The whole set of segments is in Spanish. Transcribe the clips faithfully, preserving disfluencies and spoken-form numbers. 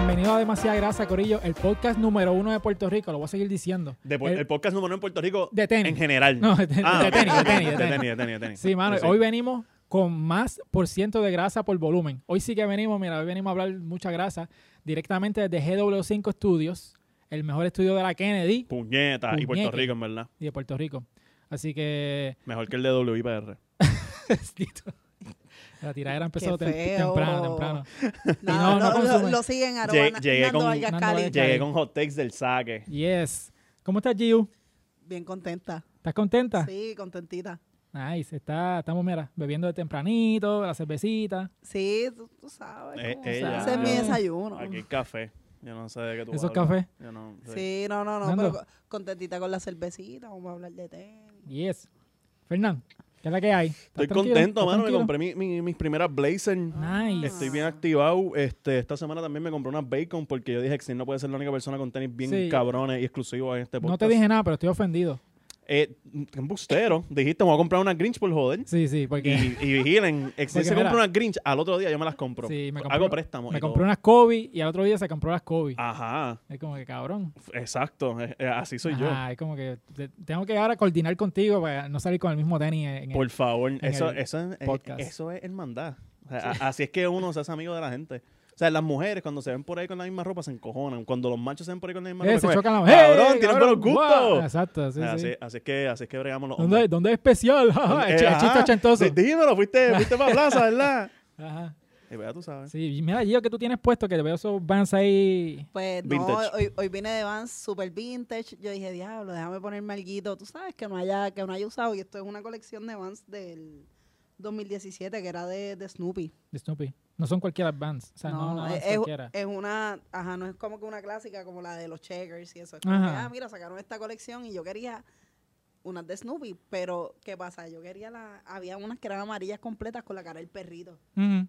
Bienvenido a Demasiada Grasa, Corillo, el podcast número uno de Puerto Rico, lo voy a seguir diciendo. De, el, el podcast número uno en Puerto Rico de tenis. En general. No, de, de, ah, de, tenis, de, tenis, de, de, tenis. tenis, de tenis, de tenis. Sí, mano, sí, sí. hoy venimos con más por ciento de grasa por volumen. Hoy sí que venimos, mira, hoy venimos a hablar mucha grasa directamente desde G W cinco Studios, el mejor estudio de la Kennedy. Puñeta, Puñeque. y Puerto Rico, en verdad. Y de Puerto Rico. Así que... Mejor que el de W I P R. La tiradera empezó Qué tem- feo. temprano, temprano. No, no, no lo, consume. lo, lo siguen Llegué- arroba llegué Nando con- Vargas Nando Cali. Vargas. Llegué con hot takes del saque. Yes. ¿Cómo estás, Giu? Bien contenta. ¿Estás contenta? Sí, contentita. Nice. Está, estamos, mira, bebiendo de tempranito, la cervecita. Sí, tú, tú sabes. Eh, cómo ella. ese es mi desayuno. Aquí hay café. Yo no sé de qué tú ¿Esos hablas. cafés? Yo no sé. Sí, no, no, no, Nando. pero co- contentita con la cervecita. Vamos a hablar de tenis. Yes. Fernán, ¿qué es la que hay? ¿Estás Estoy tranquilo? contento, ¿Estás mano. Me tranquilo? compré mi, mi- mis primeras Blazer. Nice. Estoy bien activado. Este, esta semana también me compré unas Bacon porque yo dije que no puede ser la única persona con tenis bien Sí. cabrones y exclusivos en este podcast. No te dije nada, pero estoy ofendido. Eh, un bustero. Dijiste, me voy a comprar unas Grinch por joder. Sí, sí, porque Y, y vigilen, si Porque se mira- compra unas Grinch, al otro día yo me las compro. Sí, me compré- Hago préstamos. me y compré todo. unas Kobe y al otro día se compró las Kobe. Ajá, Es como que cabrón. exacto. eh, eh, así soy yo. Ajá, es como que te- tengo que ahora coordinar contigo para no salir con el mismo tenis en Por el, favor, eso, el eso, es- eh, podcast. eso es hermandad. O sea, a- así es que uno se hace amigo de la gente. O sea, las mujeres cuando se ven por ahí con la misma ropa se encojonan. Cuando los machos se ven por ahí con la misma Eh, ropa, se como, chocan la ¡cabrón, ¡Eh, tienen cabrón! buenos gustos! ¡Guau! Exacto, sí, así, sí. así es que, así es que bregamos los ¿Dónde, hombres. ¿Dónde es especial? Eh, el chiste ajá, ochentoso. sí, dímelo, fuiste, fuiste para plaza, ¿verdad? Ajá. Y pues ya tú sabes. Sí, y mira, Gio, que tú tienes puesto, que te veo esos Vans ahí. Pues no, Vintage. hoy, hoy vine de Vans super vintage. Yo dije, diablo, déjame ponerme alguito. Tú sabes que no haya, que no haya usado. Y esto es una colección de Vans del dos mil diecisiete, que era de, de Snoopy. De Snoopy. No son cualquiera Vans. O sea, no, no, es, es es- cualquiera. es una, ajá, no es como que una clásica como la de los Checkers y eso. Es como Ajá. que, ah, mira, sacaron esta colección y yo quería unas de Snoopy, pero ¿qué pasa? Yo quería la, había unas que eran amarillas completas con la cara del perrito. Ujú.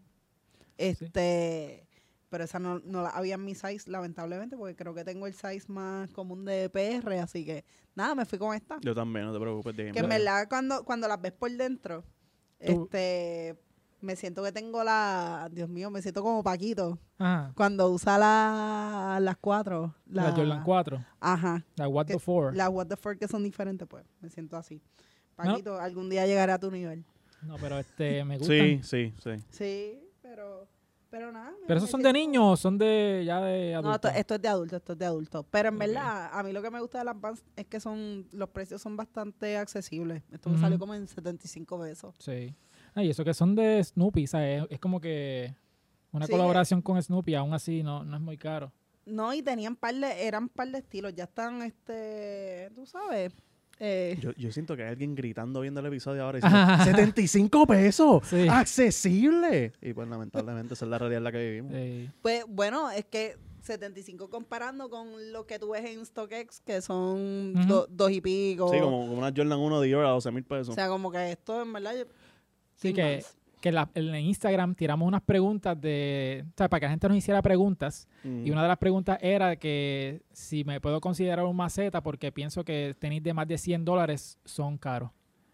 Este, pero esa no, no la había en mi size, lamentablemente, porque creo que tengo el size más común de P R, así que nada, me fui con esta. Yo también, no te preocupes. Dime. Que en verdad cuando, cuando las ves por dentro, Tú- este, me siento que tengo la, Dios mío, me siento como Paquito. Ajá. Cuando usa la, las cuatro. La, Jordan cuatro. Ajá. La What que- the Four. Las What the Fuck que son diferentes, pues. Me siento así. Paquito, algún día llegaré a tu nivel. No, pero este, me gustan. Sí, sí, sí. Sí, pero, pero nada. me- ¿Pero esos me son de siento- niños o son de ya de No, adultos? esto, esto es de adulto, esto es de adulto. Pero en Ok. verdad, a mí lo que me gusta de las Vans es que son, los precios son bastante accesibles. Esto me Ujú. salió como en setenta y cinco pesos. Sí. Ah, y eso que son de Snoopy, ¿sabes? Es, es como que una Sí, colaboración con Snoopy, aún así no, no es muy caro. No, y tenían par de, eran par de estilos. Ya están, este, tú sabes. Eh, Yo, yo siento que hay alguien gritando viendo el episodio ahora y Ajá. diciendo, ¡setenta y cinco pesos! Sí. ¡Accesible! Y pues lamentablemente esa es la realidad en la que vivimos. Sí. Pues bueno, es que setenta y cinco comparando con lo que tú ves en StockX, que son Ujú. do- dos y pico. Sí, como, como una Jordan uno de Dior a doce mil pesos. O sea, como que esto en verdad. yo- Sí, sin que, más. que la- en Instagram tiramos unas preguntas de... O sea, para que la gente nos hiciera preguntas. Mm. Y una de las preguntas era que si me puedo considerar un maceta porque pienso que tenis de más de cien dólares son caros.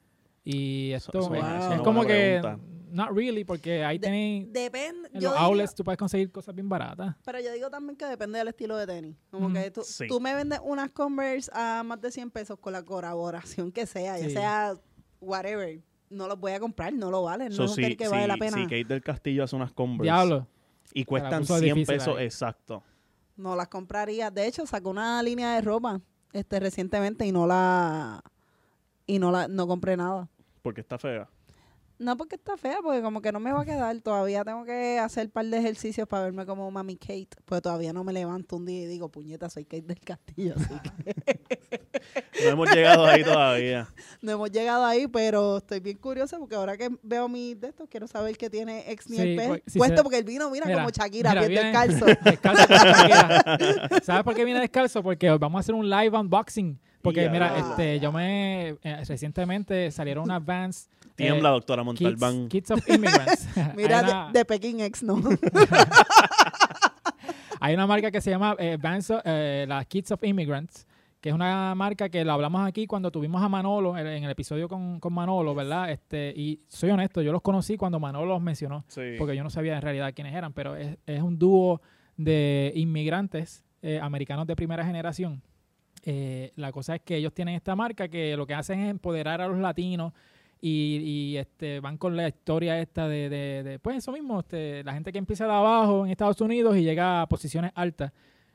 Y Eso- esto eso me- es una es como buena que... pregunta. Not really, porque ahí De- tenis... Depende. En Yo los diría- outlets tú puedes conseguir cosas bien baratas. Pero yo digo también que depende del estilo de tenis. Como Ujú. que tú, Sí. tú me vendes unas Converse a más de cien pesos con la colaboración que sea, ya Sí. sea whatever. No los voy a comprar, no lo valen. So, no es un sí, tenis que sí, vale la pena. sí, Kate del Castillo hace unas Converse Diablo. y cuestan puso cien difícil pesos ahí. exacto. No las compraría. De hecho, sacó una línea de ropa este recientemente y no la y no la no compré nada. Porque está fea. No porque está fea, porque como que no me va a quedar. Todavía tengo que hacer un par de ejercicios para verme como Mami Kate. Pues todavía no me levanto un día y digo, puñeta, soy Kate del Castillo. Así que No hemos llegado ahí todavía. no hemos llegado ahí, pero estoy bien curiosa porque ahora que veo mis de estos, quiero saber qué tiene ex Sí, nivel pues, P. si Puesto se- porque él vino, mira, Mira, como Shakira, mira, bien viene- descalzo. Descalzo como Shakira. ¿Sabes por qué viene descalzo? Porque vamos a hacer un live unboxing. Porque Ya. mira, este, yo me eh, recientemente salieron unas Vans. Tiembla, eh, doctora Kids, Montalbán. Kids of Immigrants. Mira, hay, una, de, de Pekín ex, ¿no? hay una marca que se llama eh, Vans, eh, las Kids of Immigrants, que es una marca que la hablamos aquí cuando tuvimos a Manolo, en, en el episodio con, con Manolo, ¿verdad? Este, y soy honesto, yo los conocí cuando Manolo los mencionó, Sí. porque yo no sabía en realidad quiénes eran, pero es, es un dúo de inmigrantes eh, americanos de primera generación. Eh, la cosa es que ellos tienen esta marca que lo que hacen es empoderar a los latinos y, y este, van con la historia esta de, de, de pues eso mismo, este, la gente que empieza de abajo en Estados Unidos y llega a posiciones altas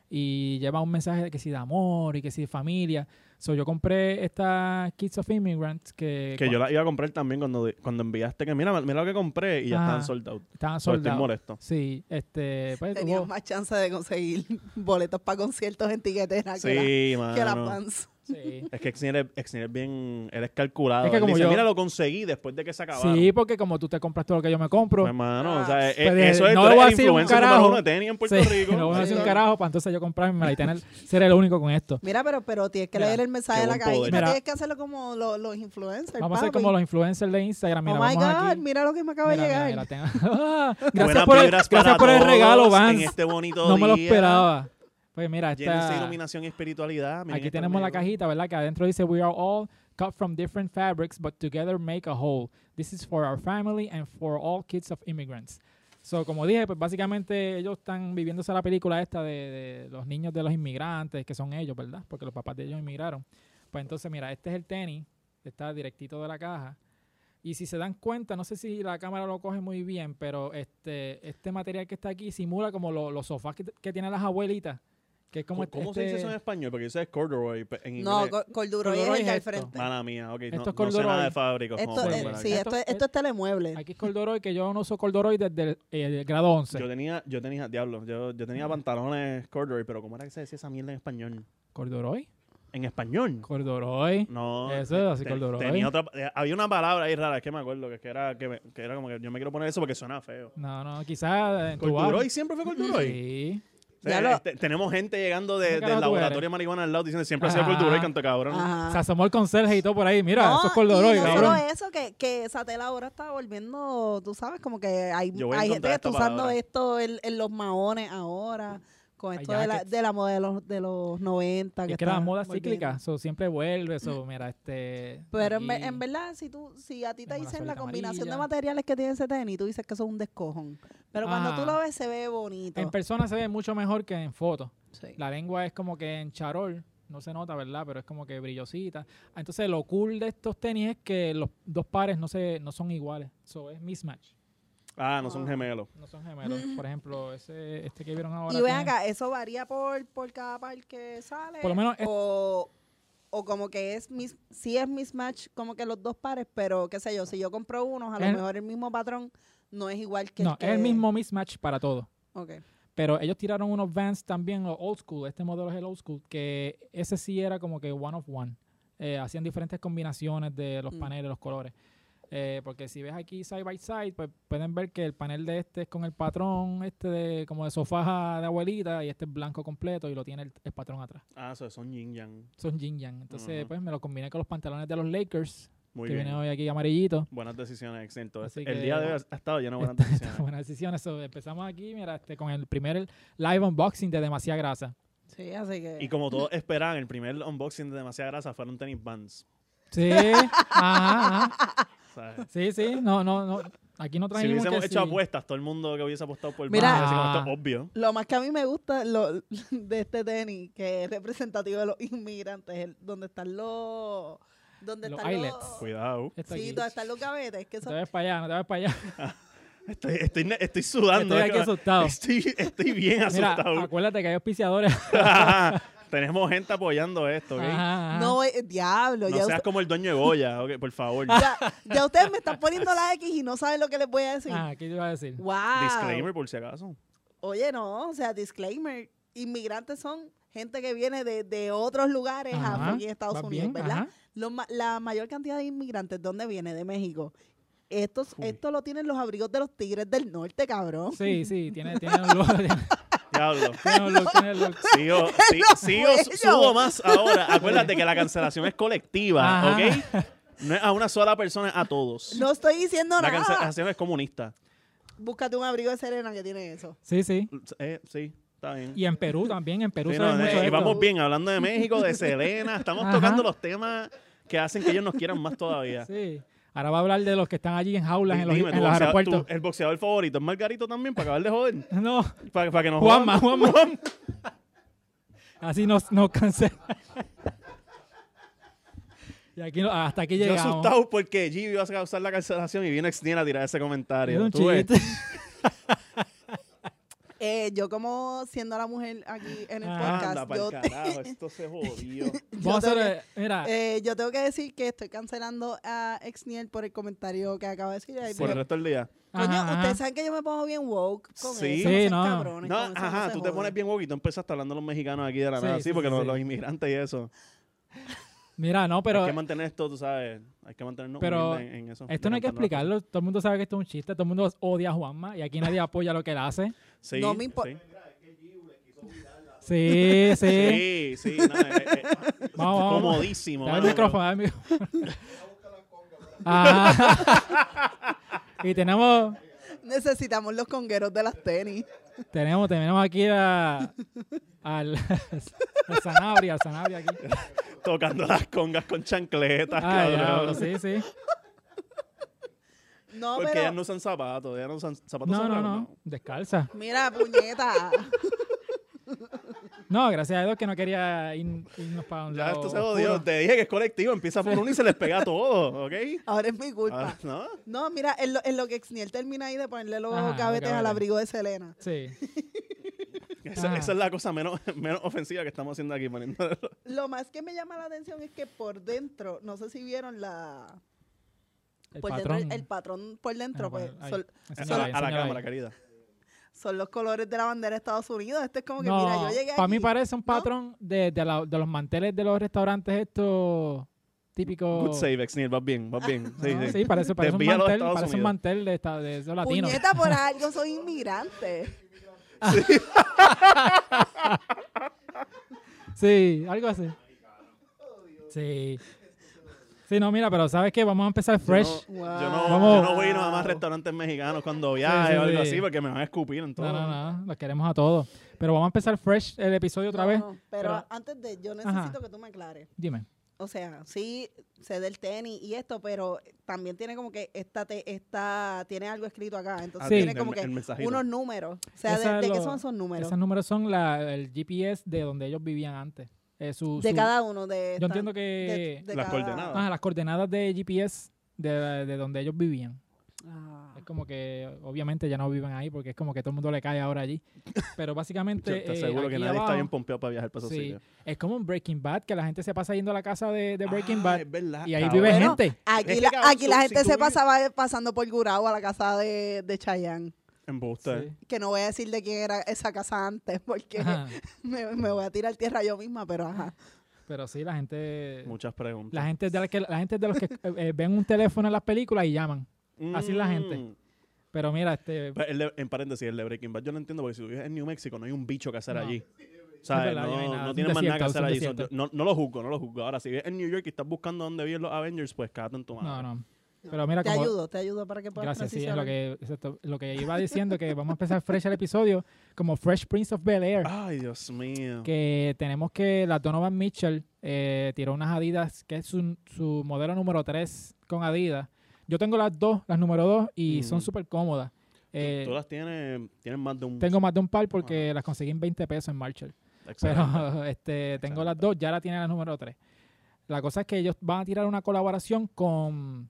y lleva un mensaje de que sí de amor y que sí de familia. So, yo compré estas Kids of Immigrants que... Que yo la iba a comprar también cuando, cuando enviaste que mira, mira lo que compré y ya Ah, estaban sold out. estaban So, estoy soldados. molesto. Sí, este... Pues, Tenías hubo- más chance de conseguir boletos para conciertos en tiquetera que, Sí, la, que las mano. fans. sí. Es que Exnier es, Exnier es bien... Él es calculado. Es que Él como dice, yo- mira, lo conseguí después de que se acabaron. Sí, porque como tú te compras todo lo que yo me compro... Pues, hermano, o sea, Ah, eh, pues, eso es no tú le eres voy a el decir un influencer número carajo. uno de tenis en Puerto sí, Rico. no voy a hacer un Sí. carajo para entonces yo comprármela y tener, ser el único con esto. Mira, pero, pero tienes que Mira, leer el mensaje qué de la buen cajita. poder. Mira. Tienes que hacerlo como lo- los influencers. Vamos a hacer papi. como los influencers de Instagram. Mira, Oh my vamos God, aquí. mira lo que me acaba Mira, de mira, llegar. mira, tengo- Ah, gracias Buenas por el, vibras gracias para por el regalo, todos Vance. en este bonito No me lo día. esperaba. Pues mira, Llénense de esta, iluminación y espiritualidad. Miren aquí esto tenemos la conmigo. cajita, ¿verdad? Que adentro dice, we are all cut from different fabrics, but together make a whole. This is for our family and for all kids of immigrants. So, como dije, pues básicamente ellos están viviéndose la película esta de, de los niños de los inmigrantes, que son ellos, ¿verdad? Porque los papás de ellos inmigraron. Pues entonces, mira, este es el tenis, está directito de la caja. Y si se dan cuenta, no sé si la cámara lo coge muy bien, pero este, este material que está aquí simula como lo- los sofás que, que tienen las abuelitas. Que es como ¿Cómo, este, se dice eso en español? Porque eso es corduroy pe- en No, inglés. co- corduroy es Corduroy el del es esto. frente. Mala mía, ok. Esto No, es no sé corduroy. nada de fábricos. Esto, como eh, pueden ver sí, aquí. esto, es- Esto- esto es telemueble. Aquí es corduroy, que yo no uso corduroy desde el, eh, el grado once. Yo tenía, yo tenía, diablo, yo, yo tenía pantalones corduroy, pero ¿cómo era que se decía esa mierda en español? ¿Corduroy? ¿En español? Corduroy. No. Eso es así, te- corduroy. Tenía otra, eh, había una palabra ahí rara, es que me acuerdo, que, que era, que, me- que era como que yo me quiero poner eso porque suena feo. No, no, quizás en tu ¿Corduroy barrio. siempre fue corduroy? Sí. O sea, Ya lo- este, tenemos gente llegando de- ¿Qué del carajo tú laboratorio eres? de marihuana al lado diciendo siempre ha sido Ajá. corduroy, canto cabrón. Ajá. Se asomó el conserje y todo por ahí. Mira, No, eso es corduroy, y no cabrón. solo eso, que, que esa tela ahora está volviendo, tú sabes, como que hay, Yo voy a hay gente encontrar que está esta usando palabra. esto en, en los maones ahora, con Hay esto de la, jackets. de la moda de los, de los noventa. Es que está la moda volviendo. cíclica, eso siempre vuelve, eso, mira, este... Pero en, aquí- ve- en verdad, si tú si a ti te tenemos la dicen la suelita combinación de amarilla. materiales que tiene ese tenis, tú dices que eso es un descojón. Pero cuando tú Ah. lo ves, se ve bonito. En persona se ve mucho mejor que en fotos. Sí. La lengua es como que en charol, no se nota, ¿verdad? Pero es como que brillosita. Ah, Entonces, lo cool de estos tenis es que los dos pares no se no son iguales. Eso es mismatch. Ah, no son gemelos. No son gemelos. Por ejemplo, ese este que vieron ahora. Y ven tiene- acá, ¿eso varía por, por cada par que sale? Por lo menos es- o, o como que es mis, sí es mismatch como que los dos pares, pero qué sé yo, si yo compro unos, a lo El- mejor el mismo patrón no es igual que No, el que... es el mismo mismatch para todo. Ok. Pero ellos tiraron unos Vans también, los old school. Este modelo es el old school, que ese sí era como que one of one. Eh, hacían diferentes combinaciones de los Mm. paneles, los colores. Eh, porque si ves aquí side by side, pues pueden ver que el panel de este es con el patrón este de como de sofá de abuelita y este es blanco completo y lo tiene el, el patrón atrás. Ah, eso son yin yang. Son yin yang. Entonces, Ujú. pues me lo combiné con los pantalones de los Lakers, Muy que bien. viene hoy aquí amarillito. Buenas decisiones, exento. Así El que- día de hoy ha estado lleno de buenas Esta- decisiones. Buenas decisiones. So, empezamos aquí, mira, este, con el primer live unboxing de Demasiada Grasa. Sí, así que... Y como todos esperaban, el primer unboxing de Demasiada Grasa fueron tenis Vans. Sí, ajá, ajá. ¿Sabes? Sí, sí, no, no, no. Aquí no Si trajimos hubiésemos que hecho sí. apuestas, todo el mundo que hubiese apostado por Mira- Vans, así como esto Ah. es obvio. Lo más que a mí me gusta lo, de este tenis, que es representativo de los inmigrantes, el- donde están los... Donde Los están eyelets. los... Cuidado. Esto Sí, aquí. donde están los gavetes. Que No eso, te ves para allá, no te ves para allá. Estoy, estoy, ne- estoy sudando. Estoy aquí es que- asustado. Estoy, estoy bien Mira, asustado. acuérdate que hay auspiciadores. Tenemos gente apoyando esto, ¿ok? Ajá, ajá. no, eh, diablo. No ya, seas usted- como el dueño de Goya, ok, por favor. ya, ya ustedes me están poniendo la X y no saben lo que les voy a decir. Ah, ¿qué te iba a decir? Wow. Disclaimer por si acaso. Oye, no, o sea, disclaimer. Inmigrantes son gente que viene de, de otros lugares Ajá, a aquí en Estados vas Unidos, bien, ¿verdad? ajá. Lo ma- la mayor cantidad de inmigrantes, ¿dónde viene? De México. Estos, Uy. esto lo tienen los abrigos de los tigres del norte, cabrón. Sí, sí, tiene, tiene un look. Tiene, Diablo. tiene un look, tiene un look. Sigo, sí, los sigo, cuellos. subo más ahora. Acuérdate que la cancelación es colectiva, Ajá. ¿ok? No es a una sola persona, a todos. No estoy diciendo La nada. cancelación es comunista. Búscate un abrigo de Serena que tiene eso. Sí, sí. Eh, sí, está bien. Y en Perú también, en Perú Sí, se ve no, mucho eh, y esto. vamos bien, hablando de México, de Selena, estamos Ajá. tocando los temas que hacen que ellos nos quieran más todavía. Sí. Ahora va a hablar de los que están allí en jaulas en los, Dime, en tu los boxea- aeropuertos. tu- el boxeador favorito es Margarito también, para acabar de joder. No, Para, para que nos Juanma, jodan. Juanma. Así nos, nos cancela. Y aquí no- hasta aquí Yo llegamos. asustado porque G iba a causar la cancelación y viene Exniel a tirar ese Es comentario. un ¿Tú ves? chiste. Eh, yo como siendo la mujer aquí en el Ah, Anda, podcast, pa'l yo, carajo, esto se jodió. yo Vamos a tengo hacer, mira, que, eh, yo tengo que decir que estoy cancelando a Exniel por el comentario que acaba de decir. Ay, Por el pero- resto del día. Coño, ajá, ajá. ustedes saben que yo me pongo bien woke con Sí. eso. Sí, no no. sean cabrones, No, con eso no ajá, se tú te jode. pones bien woke y tú empezaste hablando a los mexicanos aquí de la Sí, nada, sí, sí, porque sí, los, sí. los inmigrantes y eso. mira, no, pero hay que mantener esto, tú sabes, hay que mantenernos Pero humildes en, en eso. esto no hay que de cantarnos las explicarlo. Todo el mundo sabe que esto es un chiste. Todo el mundo odia a Juanma y aquí nadie apoya lo que él hace. cosas. Sí, No me impo- sí. Sí, sí. Sí, sí, no, eh, eh, Vamos, vamos. comodísimo. Dale el mano, micrófono, dale el micrófono. Ajá. Y tenemos, Necesitamos los congueros de las tenis. tenemos, tenemos aquí a, al, al Sanabria, al Sanabria aquí. pero tocando las congas con chancletas, Ay, cabrón. diablo, sí, sí. No, Porque pero ellas no usan zapatos, ellas no usan zapatos No, no, cerrados, no. Descalza. mira, puñeta. No, gracias a Dios que no quería ir- irnos para un Ya lado esto se jodió. oscuro. Te dije que es colectivo, empieza por uno y se les pega todo, ¿ok? Ahora es mi culpa. Ah, ¿no? No, mira, en lo, en lo que Exniel termina ahí de ponerle los Ajá, los gavetes al gavetes. abrigo de Selena. Sí. Esa, Ah. esa es la cosa menos, menos ofensiva que estamos haciendo aquí, poniendo. Lo más que me llama la atención es que por dentro, no sé si vieron la... El por patrón. dentro, el, el patrón por dentro, Ah, pues, bueno, ahí. son, A, Enséñala la- ahí, a la enséñala cámara, ahí. querida. son los colores de la bandera de Estados Unidos. Este es como que, mira, yo llegué para mí aquí, parece un ¿no? patrón de, de, la- de los manteles de los restaurantes estos típicos. Good save, Exniel, vas bien, vas bien. Sí, No, sí. sí, parece, parece un Desvía a los mantel, Estados parece un Unidos. mantel de, esta- de esos latinos. Puñeta, por algo soy inmigrante. Sí, algo así. Sí. Sí, no, mira, pero ¿sabes qué? Vamos a empezar fresh. Yo no, Wow. yo no, Vamos. yo no voy nada más a restaurantes mexicanos cuando viaje sí, o algo sí. así porque me van a escupir en todo. No, no, no, los queremos a todos. Pero vamos a empezar fresh el episodio otra No, vez. no, pero, pero- antes de, yo necesito que tú me aclares. Dime. O sea, sí sé del tenis y esto, pero también tiene como que esta, te, esta tiene algo escrito acá. Entonces Ah, Sí. tiene el- como el que mensajito. unos números. O sea, Esa ¿de, es de qué lo- son esos números? Esos números son la, el G P S de donde ellos vivían antes. Eh, su- De su- cada uno de Yo esta- entiendo que... de- de Las cada- coordenadas. Ah, las coordenadas de G P S de, de donde ellos vivían. Ah. Es como que obviamente ya no viven ahí porque es como que todo el mundo le cae ahora allí. Pero básicamente... Yo te eh, aseguro que aquí nadie está abajo, bien pompeado para viajar para esos sí, sitios. es como un Breaking Bad, que la gente se pasa yendo a la casa de, de Breaking Ah, Bad es verdad, y ahí cabrón. vive Bueno, gente. Aquí, Es que, la, cabrón, aquí tú- la si gente tú se vives- pasaba pasando por Gurao a la casa de, de Chayanne. Embuste. Sí. Que no voy a decir de quién era esa casa antes porque Ajá. me, me voy a tirar tierra yo misma, pero ajá. Pero sí, la gente... Muchas preguntas. La gente, de la, que, la gente de los que eh, eh, ven un teléfono en las películas y llaman. así es la gente. Mm. Pero mira, este... Pero el de- en paréntesis, el de Breaking Bad yo no entiendo porque si tú vives en New México no hay un bicho que hacer No. allí. O sea, verdad, no, ya no hay nada. no Es tienes un más nada que desierto, hacer es un allí. desierto. So, no, no lo juzgo, no lo juzgo. Ahora, si vives en New York y estás buscando dónde viven los Avengers, pues cágate en tu madre. No, no. Pero mira, Te como... ayudo, te ayudo para que puedas Gracias, sí, es lo transicionar. que, exacto, lo que iba diciendo, que vamos a empezar fresh el episodio, como Fresh Prince of Bel-Air. Ay, Dios mío. Que tenemos que la Donovan Mitchell eh, tiró unas Adidas, que es su, su modelo número tres con Adidas. Yo tengo las dos, las número dos, y Mm. son súper cómodas. Eh, Tú las tienes, tienes más de un... tengo más de un par porque las conseguí en veinte pesos en Marshall. Excelente. Pero este, tengo Excelente. las dos, ya la tiene la número tres. La cosa es que ellos van a tirar una colaboración con,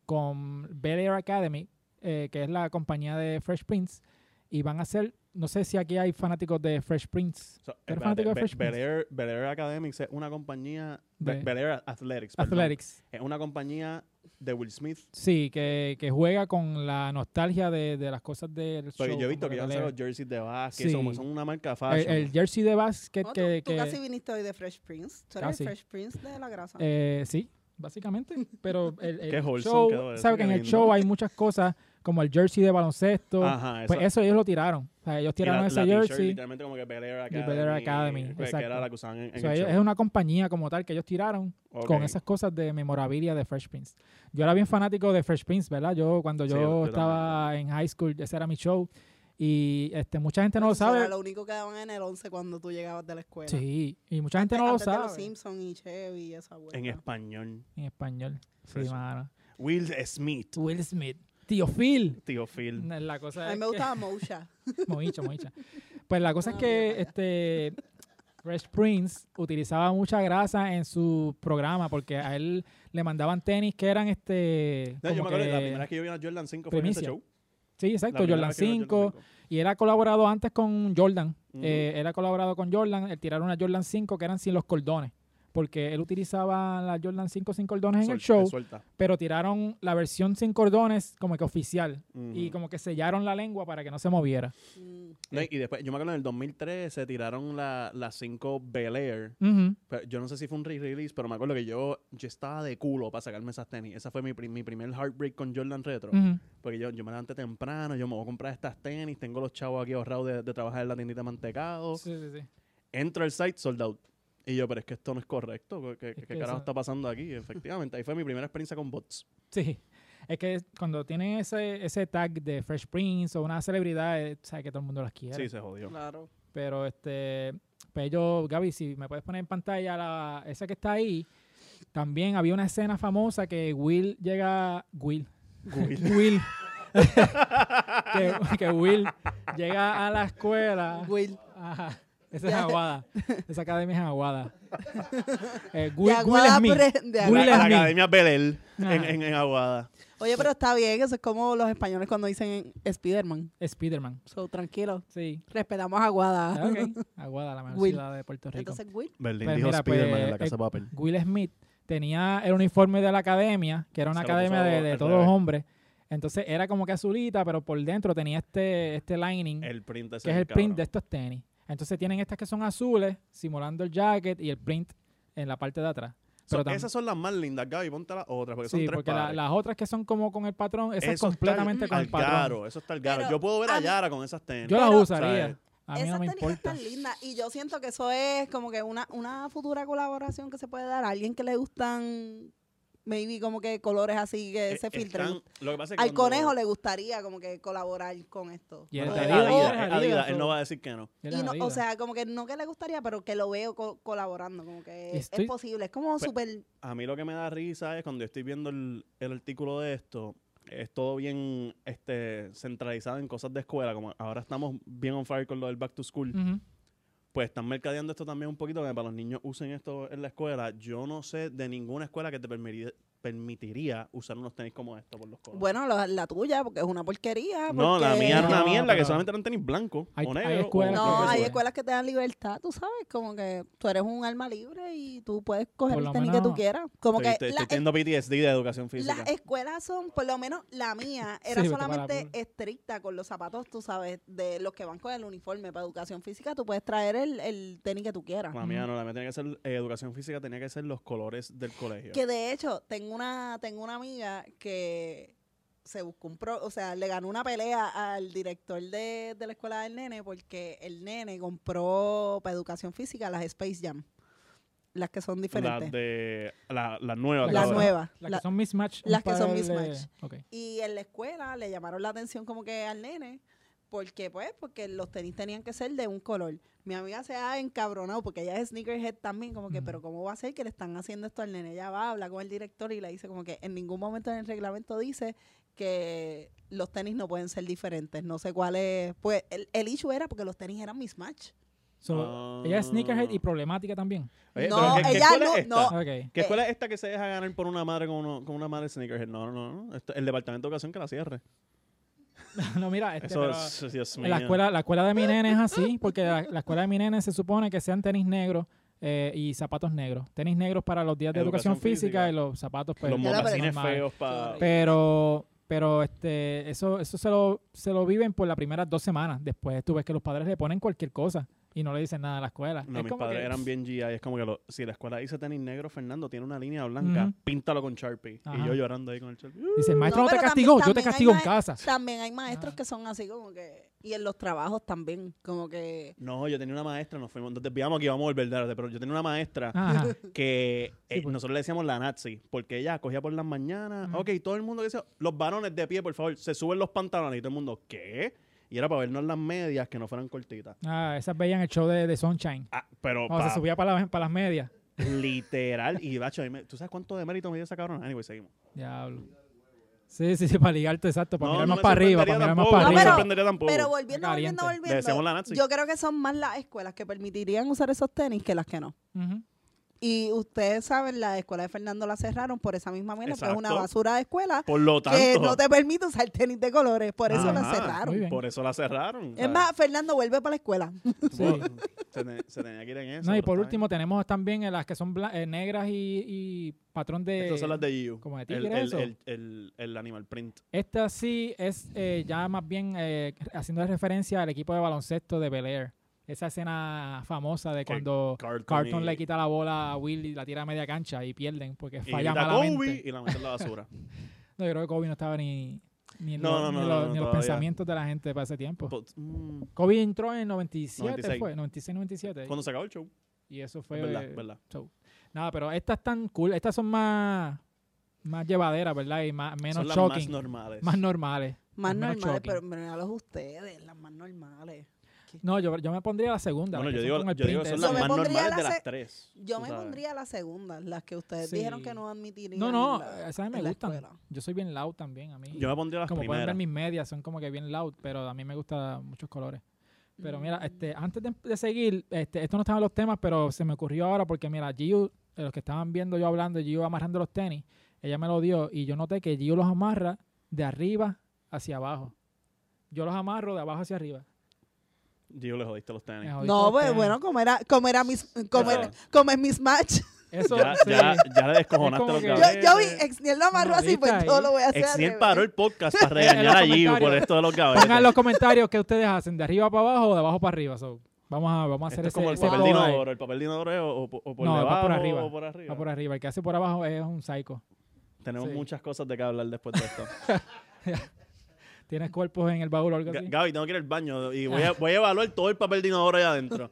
con Bel Air Academy, eh, que es la compañía de Fresh Prince, y van a hacer, no sé si aquí hay fanáticos de Fresh Prince. So, ¿Eres espérate, fanático de Be- Fresh Bel Prince? Air, Bel Air Academics es una compañía... De- Be- Bel Air Athletics, perdón. Athletics. Es una compañía de Will Smith. Sí, que, que juega con la nostalgia de, de las cosas del show. Porque yo he visto como que de ellos Bel hacen Air. los jerseys de básquet, Sí. eso, como son una marca el, fashion. el jersey de básquet No, tú, que... tú que- casi viniste hoy de Fresh Prince. Tú eres Casi. el Fresh Prince de la grasa. Eh, sí, básicamente. Pero el, el Qué wholesome show, quedó eso, ¿sabes? Que qué en el lindo. show hay muchas cosas, como el jersey de baloncesto. Ajá, Pues esa- eso ellos lo tiraron. O sea, ellos y tiraron la- ese la t-shirt, jersey. literalmente como que Bel Air De Academy. Bel Air Academy, pues, que exacto. era la que usaban en, en O sea, el ellos- show. es una compañía como tal que ellos tiraron Ok. con esas cosas de memorabilia de Fresh Prince. Yo era bien fanático de Fresh Prince, ¿verdad? Yo cuando Sí, yo, yo estaba en high school, ese era mi show. Y este mucha gente no lo Eso era sabe. lo único que daban en el once cuando tú llegabas de la escuela. Sí, y mucha gente Antes- no lo antes de sabe. los Simpsons y Chevy y esa vuelta. En español. En español. Sí, Fresh. mano. Will Smith. Will Smith. Tío Phil. Tío Phil. La cosa A es mí me que- gustaba Moisha. Moicha, Moicha. Pues la cosa Ah, es que mira, este Fresh Prince utilizaba mucha grasa en su programa porque a él le mandaban tenis que eran este No, yo como me acuerdo, que- la primera vez que yo vi a Jordan cinco fue en ese primicia. show. sí, La exacto, primera Jordan vez que vi a cinco cinco. y él ha colaborado antes con Jordan. Ujú. Eh, él ha colaborado con Jordan, el tirar una Jordan cinco que eran sin los cordones, porque él utilizaba la Jordan cinco sin cordones en el Suel- show, Suelta. pero tiraron la versión sin cordones como que oficial y Ujú. como que sellaron la lengua para que no se moviera. Mm. No, y después, yo me acuerdo en el dos mil tres se tiraron la- las cinco Bel Air. Ujú. Pero yo no sé si fue un re-release, pero me acuerdo que yo, yo estaba de culo para sacarme esas tenis. Esa fue mi, pri- mi primer heartbreak con Jordan Retro. Ujú. Porque yo, yo me levanté temprano, yo me voy a comprar estas tenis, tengo los chavos aquí ahorrados de, de trabajar en la tiendita de mantecado. Sí, sí, sí. Entro al site, sold out. Y yo, pero es que esto no es correcto. ¿Qué, Es qué que carajo eso- está pasando aquí? Efectivamente, ahí fue mi primera experiencia con bots. Sí, es que cuando tienen ese, ese tag de Fresh Prince o una celebridad, eh, sabe que todo el mundo las quiere. Sí, se jodió. Claro. Pero este, pues yo, Gaby, si me puedes poner en pantalla la, esa que está ahí, también había una escena famosa que Will llega, Will, Will. Will, que, que Will llega a la escuela. Will. Ajá. Esa es Aguada. Esa academia es Aguada. Eh, De Will, Will Aguada Smith. pre- de La, Will Aguada. la Smith. Academia Belel en, Ajá. en, en Aguada. Oye, pero está bien. Eso es como los españoles cuando dicen Spiderman. Spiderman. So, tranquilo. Sí. Respetamos a Aguada. Ah, ok. Aguada, la mejor Will. ciudad de Puerto Rico. Entonces, Will. Berlín Pues dijo mira, pues, Spiderman en la eh, casa de papel. Will Smith tenía el uniforme de la academia, que era una Se lo academia puso de, de al todos revés. hombres. Entonces era como que azulita, pero por dentro tenía este, este lining, El print ese que es el cabrón. print de estos tenis. Entonces tienen estas que son azules, simulando el jacket y el print en la parte de atrás. So, Pero tam- esas son las más lindas, Gaby. Ponte las otras, porque sí, son tres porque la- pares. las otras que son como con el patrón, esas Eso completamente está con el patrón. Algaro, eso está al garo. Pero Yo puedo ver a a mí- Yara con esas tenis. Yo las Pero- usaría. A mí Esas no me tenis importa. están lindas y yo siento que eso es como que una, una futura colaboración que se puede dar a alguien que le gustan maybe como que colores así que Eh, se filtren. están- lo que pasa es que Al cuando- conejo le gustaría como que colaborar con esto. Y Bueno, el es de Adidas, Adidas, es Adidas, Adidas, él so- no va a decir que no. Era Y no, o Adidas. sea, como que no que le gustaría, pero que lo veo co- colaborando, como que Estoy- es posible. Es como Pues, súper... A mí lo que me da risa es cuando yo estoy viendo el, el artículo de esto, es todo bien este, centralizado en cosas de escuela, como ahora estamos bien on fire con lo del back to school, Ujú. pues están mercadeando esto también un poquito, que para los niños usen esto en la escuela. Yo no sé de ninguna escuela que te permitiría, permitiría usar unos tenis como estos por los codos. Bueno, la, la tuya, porque es una porquería. no, la porque- mía era una No, mierda, que pero- solamente eran tenis blancos Hay- o hay negros. escuelas o No, que lo que hay sea. escuelas que te dan libertad, tú sabes, como que tú eres un alma libre y tú puedes coger Por el lo tenis que tú menos- quieras. Como Estoy, que estoy- la- estoy teniendo P T S D de educación física. las escuelas son, por lo menos la mía, era Sí, vete para la solamente pura. estricta con los zapatos, tú sabes, de los que van con el uniforme. Para educación física tú puedes traer el, el tenis que tú quieras. La mía no, la mía tenía que ser eh, educación física, tenía que ser los colores del colegio. Que de hecho, tengo una, tengo una amiga que se buscó un pro, o sea, le ganó una pelea al director de, de la escuela del nene porque el nene compró para educación física las Space Jam, las que son diferentes. Las de la, las nuevas. de Las ahora. nuevas. Las La- que son mismatch. un las que son par de- mismatch. Ok. Y en la escuela le llamaron la atención como que al nene, porque pues, porque los tenis tenían que ser de un color. Mi amiga se ha encabronado porque ella es sneakerhead también, como que, Ujú. pero ¿cómo va a ser que le están haciendo esto al nene? Ella va, habla con el director y le dice como que en ningún momento en el reglamento dice que los tenis no pueden ser diferentes. No sé cuál es. Pues el, el issue era porque los tenis eran mismatch. So, Ah. ella es sneakerhead y problemática también. Oye, No, pero ¿qué- qué ella escuela no- es esta? no. Ok. ¿Qué escuela es esta que se deja ganar por una madre con, uno, con una madre sneakerhead? No, no, no. Esto- el departamento de educación que la cierre. no, mira, este, Eso pero es, Dios mío. la escuela, la escuela de mi nene es así, porque la, la escuela de mi nene se supone que sean tenis negros eh, y zapatos negros. Tenis negros para los días de educación, Educación física, física. y los zapatos pues Los Ya la mocasines normales. feos para... Pero, pero este, eso, eso se lo, se lo viven por las primeras dos semanas. Después tú ves que los padres le ponen cualquier cosa y no le dicen nada a la escuela. No, Es mis como padres que- eran bien G I. Es como que lo- si la escuela dice tenis negro, Fernando tiene una línea blanca, Ujú. píntalo con Sharpie. Ajá. Y yo llorando ahí con el Sharpie. Dice, el maestro No, no, te pero castigó, también- yo te también castigo hay en casa. También hay maestros Ah. que son así como que... Y en los trabajos también, como que... No, yo tenía una maestra, nos fuimos, nos desviamos que íbamos a volver tarde, pero yo tenía una maestra Ajá. que Sí, eh, pues. nosotros le decíamos la nazi, porque ella cogía por las mañanas, Ujú. ok, todo el mundo decía, los varones de pie, por favor, se suben los pantalones, y todo el mundo, ¿qué? Y era para vernos las medias que no fueran cortitas. Ah, esas veían el show de, de Sunshine. Ah, pero Cuando pa- se subía para, la- para las medias. literal, y bacho, a mí me- ¿tú sabes cuánto de mérito me dio esa cabrona? Anyway, seguimos. Diablo. Sí, sí, sí, para ligarte, exacto, para No, mirar no más me para arriba, para sorprendería mirar más tampoco, para no me No, arriba. sorprendería tampoco. Pero volviendo, Caliente. volviendo, Le decíamos volviendo, la Nazi. yo creo que son más las escuelas que permitirían usar esos tenis que las que no. Ujú. Y ustedes saben, la escuela de Fernando la cerraron por esa misma manera, porque es una Exacto. basura de escuela Por lo tanto, que no te permite usar tenis de colores, por eso la Ajá, cerraron. muy bien. por eso la cerraron. Es ¿sabes? más, Fernando, vuelve para la escuela. Sí. Bueno, se, te- se tenía que ir en eso. No, y pero por está último tenemos también eh, las que son bla- eh, negras y, y patrón bien. de... Estas son las de Giu. como de el, tigre, el, eso. el, el, el animal print. Esta sí es eh, ya más bien eh, haciendo referencia al equipo de baloncesto de Bel Air. Esa escena famosa de Que cuando Carlton, Carlton y- le quita la bola a Will y la tira a media cancha y pierden porque y falla grita malamente. Kobe y la mete en la basura. No, yo creo que Kobe no estaba ni, ni en, No, los- no, ni no, en no, los, no, ni en los todavía. pensamientos de la gente para ese tiempo. But, mm, Kobe entró en noventa y siete, noventa y seis. fue, noventa y seis, noventa y siete. cuando se acabó el show. Y eso fue... Es verdad, eh, verdad. show. Nada, pero estas están cool. Estas son más, más llevaderas, ¿verdad? Y más, menos Son las shocking. más normales. Más normales. Más menos normales, shocking. pero míralos ustedes, las más normales. No, yo, yo me pondría la segunda. Bueno, las que yo son digo, con el yo digo print son ese. las Yo me más pondría normales la de se- las tres. Yo tú me sabes. pondría la segunda, las que ustedes Sí. dijeron que no admitirían. No, no, en la- esas me en la gustan. escuela. Yo soy bien loud también, a mí. Yo me pondría las Como pueden ver, primeras. mis medias son como que bien loud, pero a mí me gustan muchos colores. Pero mira, Mm. este, antes de, de seguir, este, esto no estaba en los temas, pero se me ocurrió ahora porque mira, Giu, eh, los que estaban viendo yo hablando, Giu amarrando los tenis, ella me lo dio y yo noté que Giu los amarra de arriba hacia abajo. Yo los amarro de abajo hacia arriba. Gio le jodiste los tenis. Me jodiste No, los pues tenis. bueno, como era, como era mis, como Eso. era, como es mismatch. Eso, Ya, sí. ya, ya le descojonaste Es como los que- Yo, gavetes. yo vi, Exniel lo amarró No, así, pues viste yo ahí. lo voy a hacer. al Exniel revés. paró el podcast para En los regañar a Gio por comentarios. esto de los gavetes. Pongan en los comentarios qué ustedes hacen, de arriba para abajo o de abajo para arriba. So, vamos a, vamos a hacer Esto es ese, como el ese papel poll de ahí. inodoro. El papel de inodoro es o, o- o por No, va debajo por arriba. o por arriba. Va por arriba. El que hace por abajo es un psycho. Tenemos Sí. muchas cosas de que hablar después de esto. Tienes cuerpos en el baúl o algo Ga- así. Gaby, tengo que ir al baño y voy a, voy a evaluar todo el papel de inodoro ahí adentro.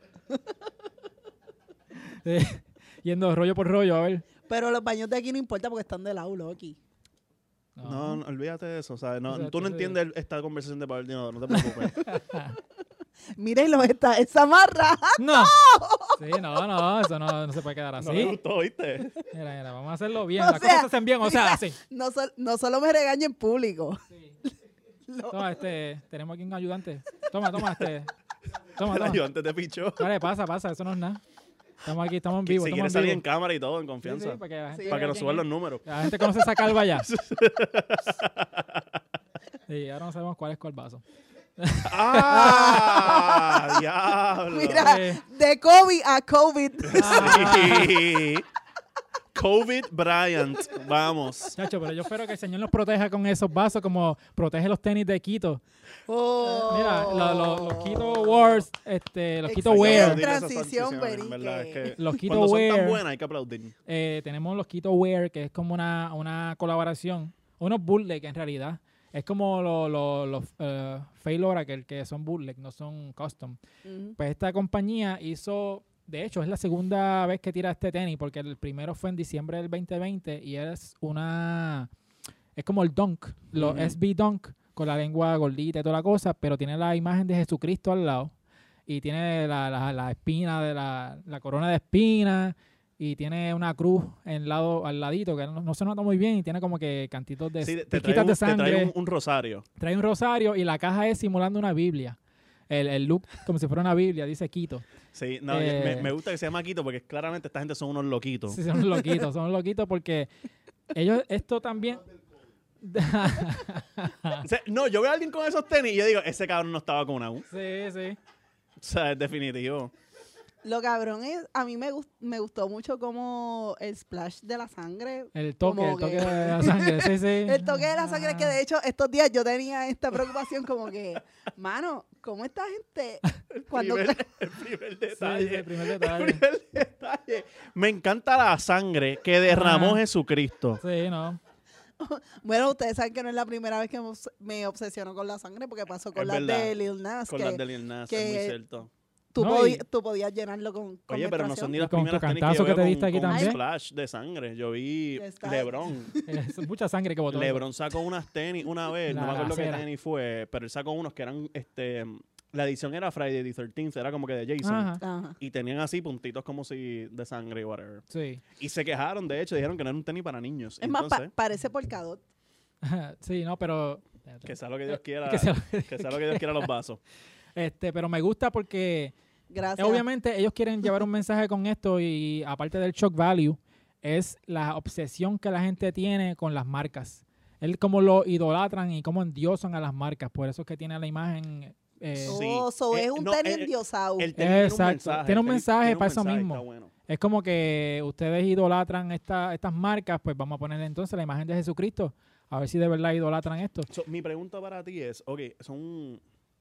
Sí. Yendo rollo por rollo, a ver. Pero los baños de aquí no importa porque están del aula aquí. No, no, olvídate de eso. ¿sabes? No, Exacto, tú no sí. entiendes el- esta conversación de papel de inodoro, no te preocupes. Mírenlo, esta, esa marra. No. Sí, no, no, eso no, no se puede quedar así. No me gustó, ¿viste? Mira, mira, vamos a hacerlo bien. O Las sea, cosas se hacen bien, o sea, mira, así. No, sol- no solo me regaño en público. Lo- Toma, este, tenemos aquí un ayudante. Toma, toma, este. Toma, El toma. ayudante te pichó. Vale, pasa, pasa, eso no es nada. Estamos aquí, estamos en vivo. Si estamos quieres en salir vivo. en cámara y todo, en Sí, confianza. sí, para que la gente, Sí. para que vea nos quién suban es. los números. La gente conoce esa calva ya. Sí, ahora no sabemos cuál es cuál vaso. ¡Ah! ¡Diablo! Mira, Eh. de COVID a COVID. Sí. COVID Bryant. Vamos. Chacho, pero yo espero que el Señor nos proteja con esos vasos como protege los tenis de Quito. Oh. Mira, lo- lo- los Quito Wars, este, los Quito Excelente. Wear. Aplaudir esas Transición, transiciones, en Berique. verdad, es que Los Quito cuando son tan Wear. buenas hay que aplaudir. Eh, tenemos los Quito Wear, que es como una, una colaboración, unos bootleg en realidad. Es como los lo, los eh, Fail Oracle, que son bootleg, no son custom. Ujú. Pues esta compañía hizo, de hecho, es la segunda vez que tira este tenis, porque el primero fue en diciembre del veinte veinte y es una, es como el Dunk, los Ujú. S B Dunk, con la lengua gordita y toda la cosa, pero tiene la imagen de Jesucristo al lado y tiene la, la, la espina de la, la corona de espinas y tiene una cruz en lado, al ladito que no, no se nota muy bien y tiene como que cantitos de Sí, te trae, piquitas un, de te trae sangre. un, un rosario. Trae un rosario y la caja es simulando una Biblia. El, el look como si fuera una Biblia, dice Quito. Sí, no, Eh. me, me gusta que se llama Quito porque claramente esta gente son unos loquitos. Sí, son loquitos, son loquitos porque ellos, esto también... O sea, no, yo veo a alguien con esos tenis y yo digo, ese cabrón no estaba con una U. sí, sí. O sea, es definitivo. Lo cabrón es, a mí me, gust- me gustó mucho como el splash de la sangre. El toque, Como el toque que- de la sangre, sí, sí. El toque de la sangre que Ah. de hecho estos días yo tenía esta preocupación como que, mano, ¿cómo esta gente cuando Primer- el primer Sí, detalle. sí, el primer El detalle. primer detalle. Me encanta la sangre que derramó Ah. Jesucristo. Sí, no. Bueno, ustedes saben que no es la primera vez que me obs- me obsesiono con la sangre porque pasó con Es las verdad. de Lil Nas, Con que las de Lil Nas, que- es muy cierto. tú, No, podí- y- tú podías llenarlo con, con Oye, pero no son menstruación. ni Y las con tu primeras tenis que cantazo yo que veo te con, diste aquí con también. splash de sangre. Yo vi Está- LeBron. Es mucha sangre que botó. LeBron sacó unas tenis una vez, no La me acuerdo qué gacera. tenis fue, pero él sacó unos que eran, este, la edición era Friday the thirteenth, era como que de Jason. Ajá. Ajá. Y tenían así puntitos como si de sangre y whatever. Sí. Y se quejaron, de hecho, dijeron que no era un tenis para niños. Es más, pa- Entonces, parece polkadot. Sí, no, pero... Que sea lo que Dios quiera. Que sea- Que sea lo que Dios quiera los vasos. Este, pero me gusta porque Gracias. obviamente ellos quieren llevar un mensaje con esto y aparte del shock value, es la obsesión que la gente tiene con las marcas. Él como lo idolatran y cómo endiosan a las marcas. Por eso es que tiene la imagen... eh, Sí. Oh, so Eh, es un no, tenis el- endiosado. El tenis tiene un Exacto. mensaje. Tiene un el tenis mensaje tiene un para eso mensaje, mismo. está bueno. Es como que ustedes idolatran esta, estas marcas, pues vamos a ponerle entonces la imagen de Jesucristo. A ver si de verdad idolatran esto. So, mi pregunta para ti es, ok, son...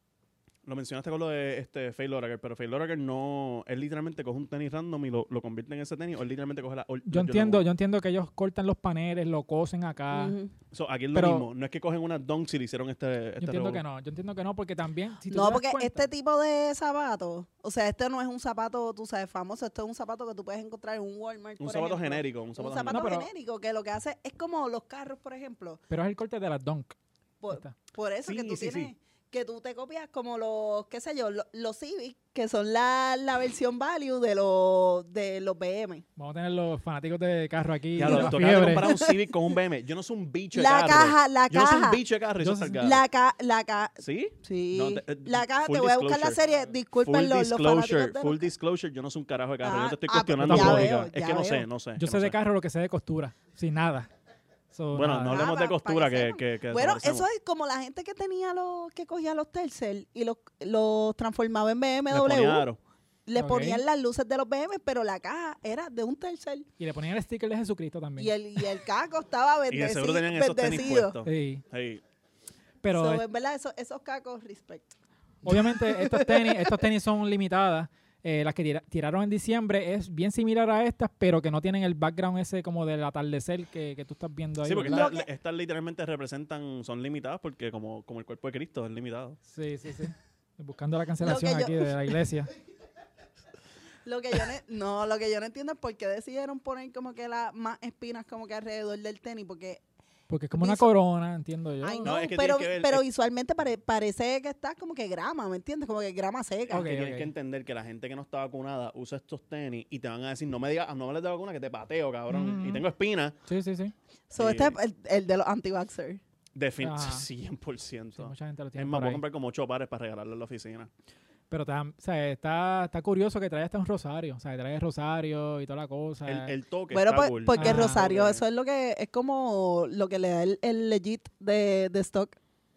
Lo mencionaste con lo de este Faye Lorager, pero Faye Lorager no... Él literalmente coge un tenis random y lo, lo convierte en ese tenis, o él literalmente coge la... o- Yo no entiendo, yo entiendo que ellos cortan los paneles, lo cosen acá. Ujú. So, aquí es lo pero- mismo. No es que cogen una Dunks y le hicieron este... Yo este entiendo revolú. que no, yo entiendo que no, porque también, si tú te No, das porque cuenta- este tipo de zapatos, o sea, este no es un zapato, tú sabes, famoso, esto es un zapato que tú puedes encontrar en un Walmart, Un por zapato ejemplo. genérico. Un Un zapato, zapato genérico. No, pero- genérico, que lo que hace es como los carros, por ejemplo. Pero es el corte de la Dunk. Por, Está. por eso Sí, que tú sí, tienes, sí. que tú te copias como los, qué sé yo, lo- los Civic, que son la, la versión value de los de los B M. Vamos a tener los fanáticos de carro aquí. Ya de lo la tocaste de fiebre. comparar un Civic con un B M. Yo no soy un bicho de La carro. caja, la Yo no soy un caja. bicho de carro y Yo eso está sí- el carro. La caja, la caja. ¿Sí? Sí. No, te- eh, la caja, full te voy a buscar la disclosure. serie. Disculpen Full los, los fanáticos disclosure, de full los- disclosure, yo no soy un carajo de carro. Ah, yo te estoy ah, cuestionando ya la veo, lógica. Es ya que no veo. sé, no sé. Yo que sé no de carro lo que sé de costura, sin nada. So, Bueno, nada. no hablemos de Ah, pa- costura pa' que que, sepan. que, que Bueno, desaparecemos. eso es como la gente que tenía los, que cogía los Tercel y los, los transformaba en B M Le W. ponía aro. Le Ok. ponían las luces de los B M, pero la caja era de un Tercel. Y le ponían el sticker de Jesucristo también. Y el, y el caco estaba Y de bendecido. seguro tenían esos tenis bendecido. puestos. Sí. Sí. Pero So, eh, en verdad, esos, esos cacos, respect. obviamente estos tenis, estos tenis son limitadas. Eh, las que tira- tiraron en diciembre es bien similar a estas, pero que no tienen el background ese como del atardecer que, que tú estás viendo ahí. Sí, porque ¿verdad? Lo estas, que- estas literalmente representan, son limitadas porque como, como el cuerpo de Cristo es limitado. Sí, sí, sí. Buscando la cancelación Lo que aquí yo- de la iglesia. Lo que yo ne- no, lo que yo no entiendo es por qué decidieron poner como que las más espinas como que alrededor del tenis, porque Porque es como una Visu- corona, entiendo yo. ay No, no, es que pero, tienes que ver- pero es- visualmente pare- parece que está como que grama, ¿me entiendes? Como que grama seca. Ok, que tienes ok. que entender que la gente que no está vacunada usa estos tenis y te van a decir, no me digas, no me les de vacuna que te pateo, cabrón. Ujú. Y tengo espinas. Sí, sí, sí. So, Sí. este es el, el de los anti-vaxxers. Defin Ajá. cien por ciento. Sí, mucha gente lo Es tiene más, por voy a ahí. comprar como ocho pares para regalarle a la oficina. Pero está, o sea, está, está curioso que trae hasta un rosario. O sea, trae el rosario y toda la cosa. El, el toque Bueno, está pues, cool. porque Ah. Rosario, Ok. eso es lo que es como lo que le da el, el legit de, de stock.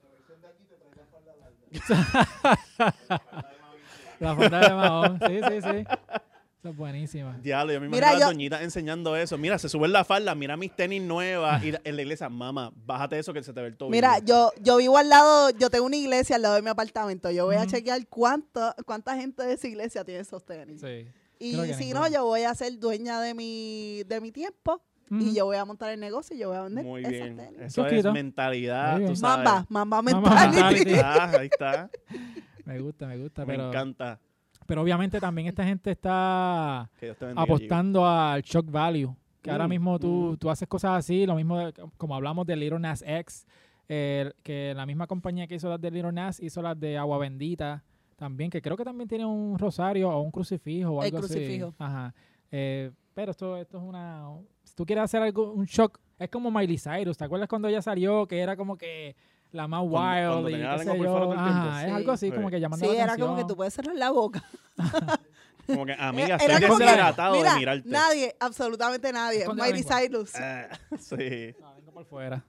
La falda de Mahón. Sí, sí, sí. Esa es buenísima. Diablo, yo me Mira, imagino a las yo- doñitas enseñando eso. Mira, se suben la falda, mira mis tenis nuevas. Y la- en la iglesia, mamá, bájate eso que se te ve el tobillo. Mira, yo, yo vivo al lado, yo tengo una iglesia al lado de mi apartamento. Yo voy a Ujú. chequear cuánto, cuánta gente de esa iglesia tiene esos tenis. Sí. Y Creo que si ninguno. no, yo voy a ser dueña de mi, de mi tiempo Ujú. y yo voy a montar el negocio y yo voy a vender Muy esas bien. tenis. Eso es Chosquito. mentalidad, Muy tú bien. sabes. Mamba, mamba Mamba mentality. Ahí mentality. está, ahí está. Me gusta, me gusta. Me Pero, encanta. pero obviamente también esta gente está Que Dios te bendiga, apostando al shock value. Que ahora Mm, mismo tú, mm. tú haces cosas así, lo mismo de- como hablamos de Little Nas X, eh, que la misma compañía que hizo las de Little Nas hizo las de Agua Bendita también, que creo que también tiene un rosario o un crucifijo o El algo así. crucifijo. Ajá. Eh, pero esto, esto es una... Si tú quieres hacer algo, un shock, es como Miley Cyrus. ¿Te acuerdas cuando ella salió que era como que la más Cuando- wild cuando y tenía qué la lengua sé por yo? fuera todo el tiempo. Ajá, es Sí. algo así, Sí. como que llamando Sí, la era atención. como que tú puedes cerrar la boca. Como que, amiga, Era estoy como que, deshidratado mira, de mirarte. nadie, absolutamente nadie. Esconde la Miley lengua. Cyrus. Ah, sí. No, vengo por fuera.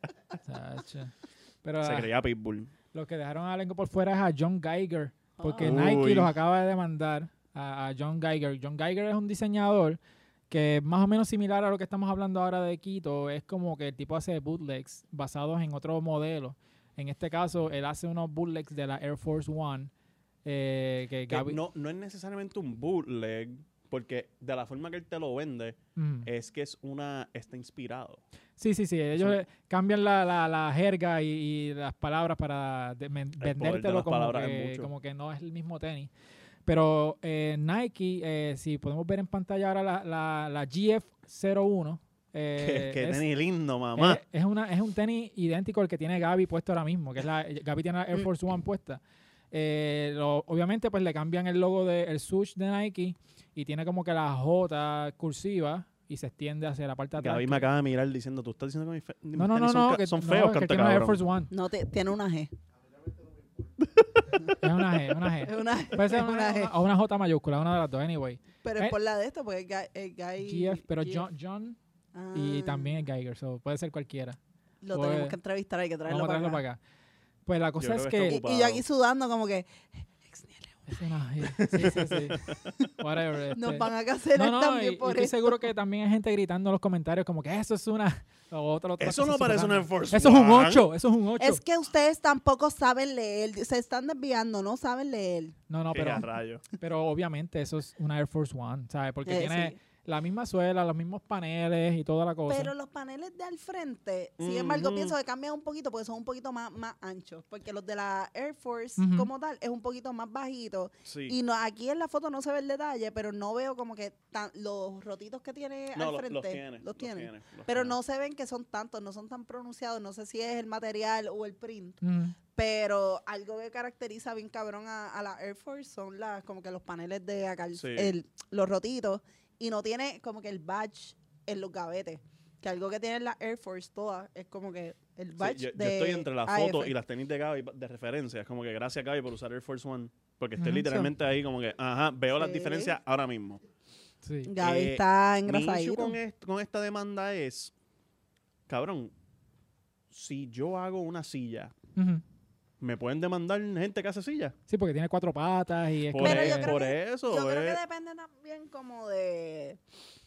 Chacho. Pero Se ah, creía Pitbull. los que dejaron a Lengo por fuera es a John Geiger, porque Ah. Nike Uy. los acaba de demandar a, a John Geiger. John Geiger es un diseñador que es más o menos similar a lo que estamos hablando ahora de Quito. Es como que el tipo hace bootlegs basados en otro modelo. En este caso, él hace unos bootlegs de la Air Force One. Eh, que Que Gaby- no, no es necesariamente un bootleg, porque de la forma que él te lo vende, Ujú. es que es una está inspirado. Sí, sí, sí. Ellos Son- eh, cambian la, la, la jerga y, y las palabras para de- men- poder de vendértelo las como palabras es que, mucho. como que no es el mismo tenis. Pero eh, Nike, eh, si podemos ver en pantalla ahora la, la, la G F cero uno, eh, que que es, tenis lindo, mamá. es, es una, es un tenis idéntico al que tiene Gaby puesto ahora mismo, que es la Gaby tiene la Air Mm. Force One puesta. Eh, lo- obviamente pues le cambian el logo del swoosh de Nike y tiene como que la J cursiva y se extiende hacia la parte de atrás. Gaby me acaba de mirar diciendo, tú estás diciendo que mis, fe- mis No, no, tenis no, son, no, ca- que, son no, feos, que él canta tiene una Air cabrón. Force One. No, te- tiene una G. Es una G, una Es G. una, Puede ser es una, una una- G. o una J mayúscula, una de las dos, anyway. Pero Eh, es por la de esto, porque el guy... El guy G F, pero G F. John, John Ah, y también el Geiger, so puede ser cualquiera. Lo pues, tenemos que entrevistar, hay que traerlo Vamos a traerlo para acá. para acá. Pues la cosa creo es que que... está Y, ocupado. y yo aquí sudando como que Es una G, sí, sí, sí. Whatever. nos este. van a cancelar No, no, y, también y por estoy esto. seguro que también hay gente gritando en los comentarios como que eso es una... o otra- otra Eso cosa no parece un súper Air Force Eso es un One. ocho, eso es un ocho. Es que ustedes tampoco saben leer, se están desviando, no saben leer. No, no, Qué pero, a rayo. pero obviamente eso es una Air Force One, ¿sabes? Porque Eh, tiene sí. la misma suela, los mismos paneles y toda la cosa. Pero los paneles de al frente, sin embargo, Ujú. pienso que cambian un poquito porque son un poquito más, más anchos. Porque los de la Air Force, Ujú. como tal, es un poquito más bajito. Sí. Y no, aquí en la foto no se ve el detalle, pero no veo como que tan, los rotitos que tiene no, al lo- frente. los tiene. Los Los tiene. tiene, los Pero tiene. no se ven que son tantos, no son tan pronunciados. No sé si es el material o el print. Mm, Pero algo que caracteriza bien cabrón a, a la Air Force son las como que los paneles de acá, el- Sí. el- los rotitos. Y no tiene como que el badge en los gavetes. Que algo que tienen las Air Force todas es como que el Sí, badge yo, yo de estoy entre la A F. foto y las tenis de Gaby de referencia. Es como que gracias Gaby por usar Air Force One. Porque estoy Ujú. literalmente ahí como que, ajá, veo las Sí. diferencias ahora mismo. sí. Gaby Eh, está Mi issue engrasadito. con, est- con esta demanda es, cabrón, si yo hago una silla, Ujú. ¿me pueden demandar gente que hace silla? Sí, porque tiene cuatro patas y es Por, Pero e- yo creo por que- eso. Yo creo eh. que depende también como de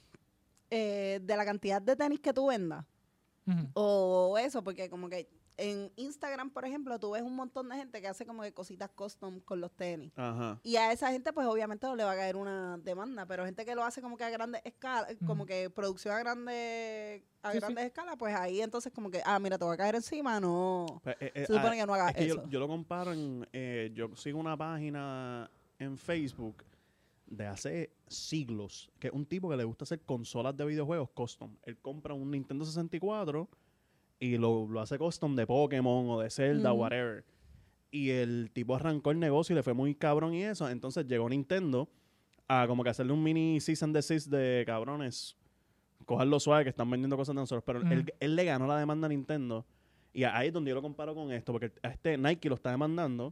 eh, de la cantidad de tenis que tú vendas. Ujú. O eso, porque como que en Instagram, por ejemplo, tú ves un montón de gente que hace como que cositas custom con los tenis. Ajá. Y a esa gente, pues obviamente no le va a caer una demanda, pero gente que lo hace como que a grande escala, como Ujú. que producción a grande a Sí, sí. grandes escalas, pues ahí entonces como que, ah, mira, te va a caer encima, no. Pues, eh, eh, Se supone ah, que no hagas es que yo, eso. yo lo comparo en, eh, yo sigo una página en Facebook de hace siglos, que es un tipo que le gusta hacer consolas de videojuegos custom. Él compra un Nintendo sesenta y cuatro y lo, lo hace custom de Pokémon o de Zelda, Ujú. whatever. Y el tipo arrancó el negocio y le fue muy cabrón y eso. Entonces llegó Nintendo a como que hacerle un mini cease and desist de cabrones. Cogerlo suave que están vendiendo cosas de nosotros. Pero Mm. él, él le ganó la demanda a Nintendo. Y ahí es donde yo lo comparo con esto. Porque a este Nike lo está demandando.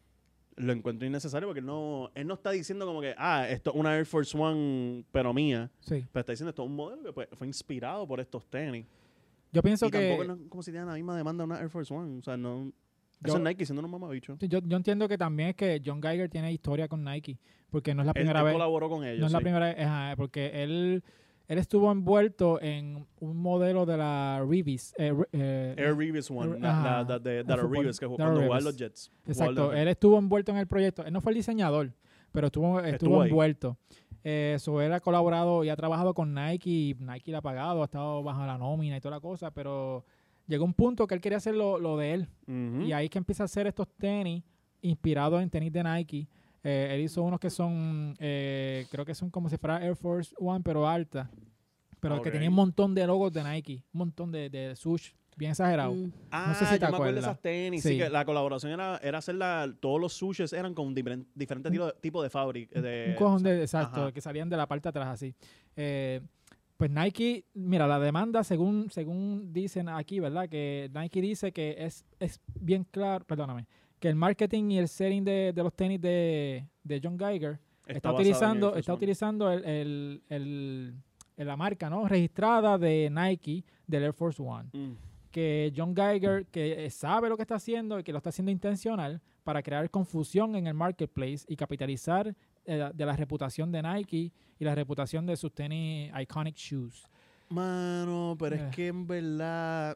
Lo encuentro innecesario porque él no, él no está diciendo como que, ah, esto es una Air Force One, pero mía. Sí. Pero está diciendo esto es un modelo que pues, fue inspirado por estos tenis. Yo pienso y que... tampoco no es como si tienen la misma demanda de una Air Force One. O sea, no... Yo- Eso es Nike siendo unos mamabichos. Sí, Yo, yo entiendo que también es que John Geiger tiene historia con Nike, porque no es la Él, primera él vez. colaboró con ellos. No es la sí. primera vez, ajá, porque él, él estuvo envuelto en un modelo de la Revis. Eh, re- eh, Air Reeves One, Air- la, la, ajá, la de el Dara fútbol, Reeves, que jugó- Dara cuando jugaban Reeves. los Jets. Exacto, Jugaban él estuvo envuelto en el proyecto. Él no fue el diseñador, pero estuvo, estuvo, Estuvo ahí. envuelto. Eh, so, él ha colaborado y ha trabajado con Nike, y Nike le ha pagado, ha estado bajo la nómina y toda la cosa, pero llegó un punto que él quería hacer lo, lo de él. Ujú. Y ahí es que empieza a hacer estos tenis inspirados en tenis de Nike. Eh, él hizo unos que son, eh, creo que son como si fuera Air Force One, pero alta. Pero que Ok. tenía un montón de logos de Nike, un montón de, de swoosh, bien exagerado. Mm. Ah, no sé si te yo me acuerdo de acuerdas. esas tenis. Sí. Sí. que la colaboración era, era hacer la, todos los sushis eran con diferen- diferentes Un- tipos tipos de fábrica. De, un cojón de, exacto, ajá. que salían de la parte de atrás así. Eh, pues Nike, mira, la demanda, según según dicen aquí, ¿verdad? Que Nike dice que es, es bien claro, perdóname, que el marketing y el setting de, de los tenis de, de John Geiger está, basado en utilizando, Air Force está One. utilizando el, el, el- el- la marca, ¿no? Registrada de Nike del Air Force One. Mm. Que John Geiger, que eh, sabe lo que está haciendo y que lo está haciendo intencional para crear confusión en el marketplace y capitalizar eh, de la reputación de Nike y la reputación de sus tenis iconic shoes. Mano, pero Eh. es que en verdad,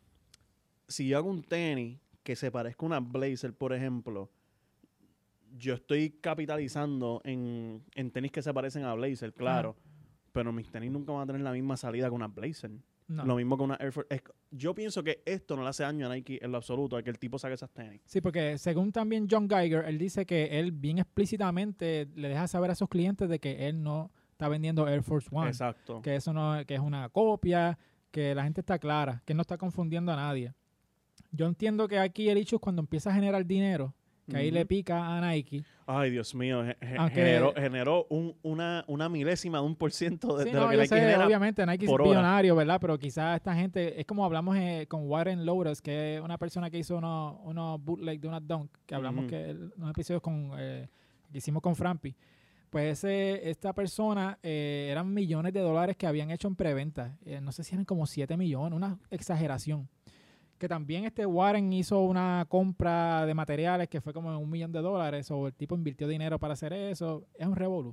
si yo hago un tenis que se parezca a una Blazer, por ejemplo, yo estoy capitalizando en, en tenis que se parecen a Blazer, claro. Pero mis tenis nunca van a tener la misma salida que una Blazer. No. Lo mismo que una Air Force. Es- yo pienso que esto no le hace daño a Nike en lo absoluto, a que el tipo saque esas tenis. Sí, porque según también John Geiger, él dice que él bien explícitamente le deja saber a sus clientes de que él no está vendiendo Air Force One. Exacto. Que eso no que es una copia, que la gente está clara, que no está confundiendo a nadie. Yo entiendo que aquí el hecho es cuando empieza a generar dinero que ahí Ujú. le pica a Nike. Ay, Dios mío, ge- ge- Aunque- generó, generó un, una, una milésima de un por ciento de, Sí, de lo no, que yo Nike sé, genera. obviamente Nike es por hora. billonario, ¿verdad? Pero quizás esta gente, es como hablamos eh, con Warren Lotus, que es una persona que hizo unos unos bootleg de una dunk, que hablamos Ujú. que el- unos episodios con, eh, que hicimos con Frampi. Pues ese, esta persona eh, eran millones de dólares que habían hecho en preventa. Eh, no sé si eran como siete millones, una exageración. Que también este Warren hizo una compra de materiales que fue como un millón de dólares, o el tipo invirtió dinero para hacer eso. Es un revolú.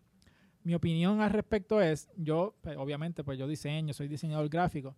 Mi opinión al respecto es, yo, pues, obviamente, pues yo diseño, soy diseñador gráfico.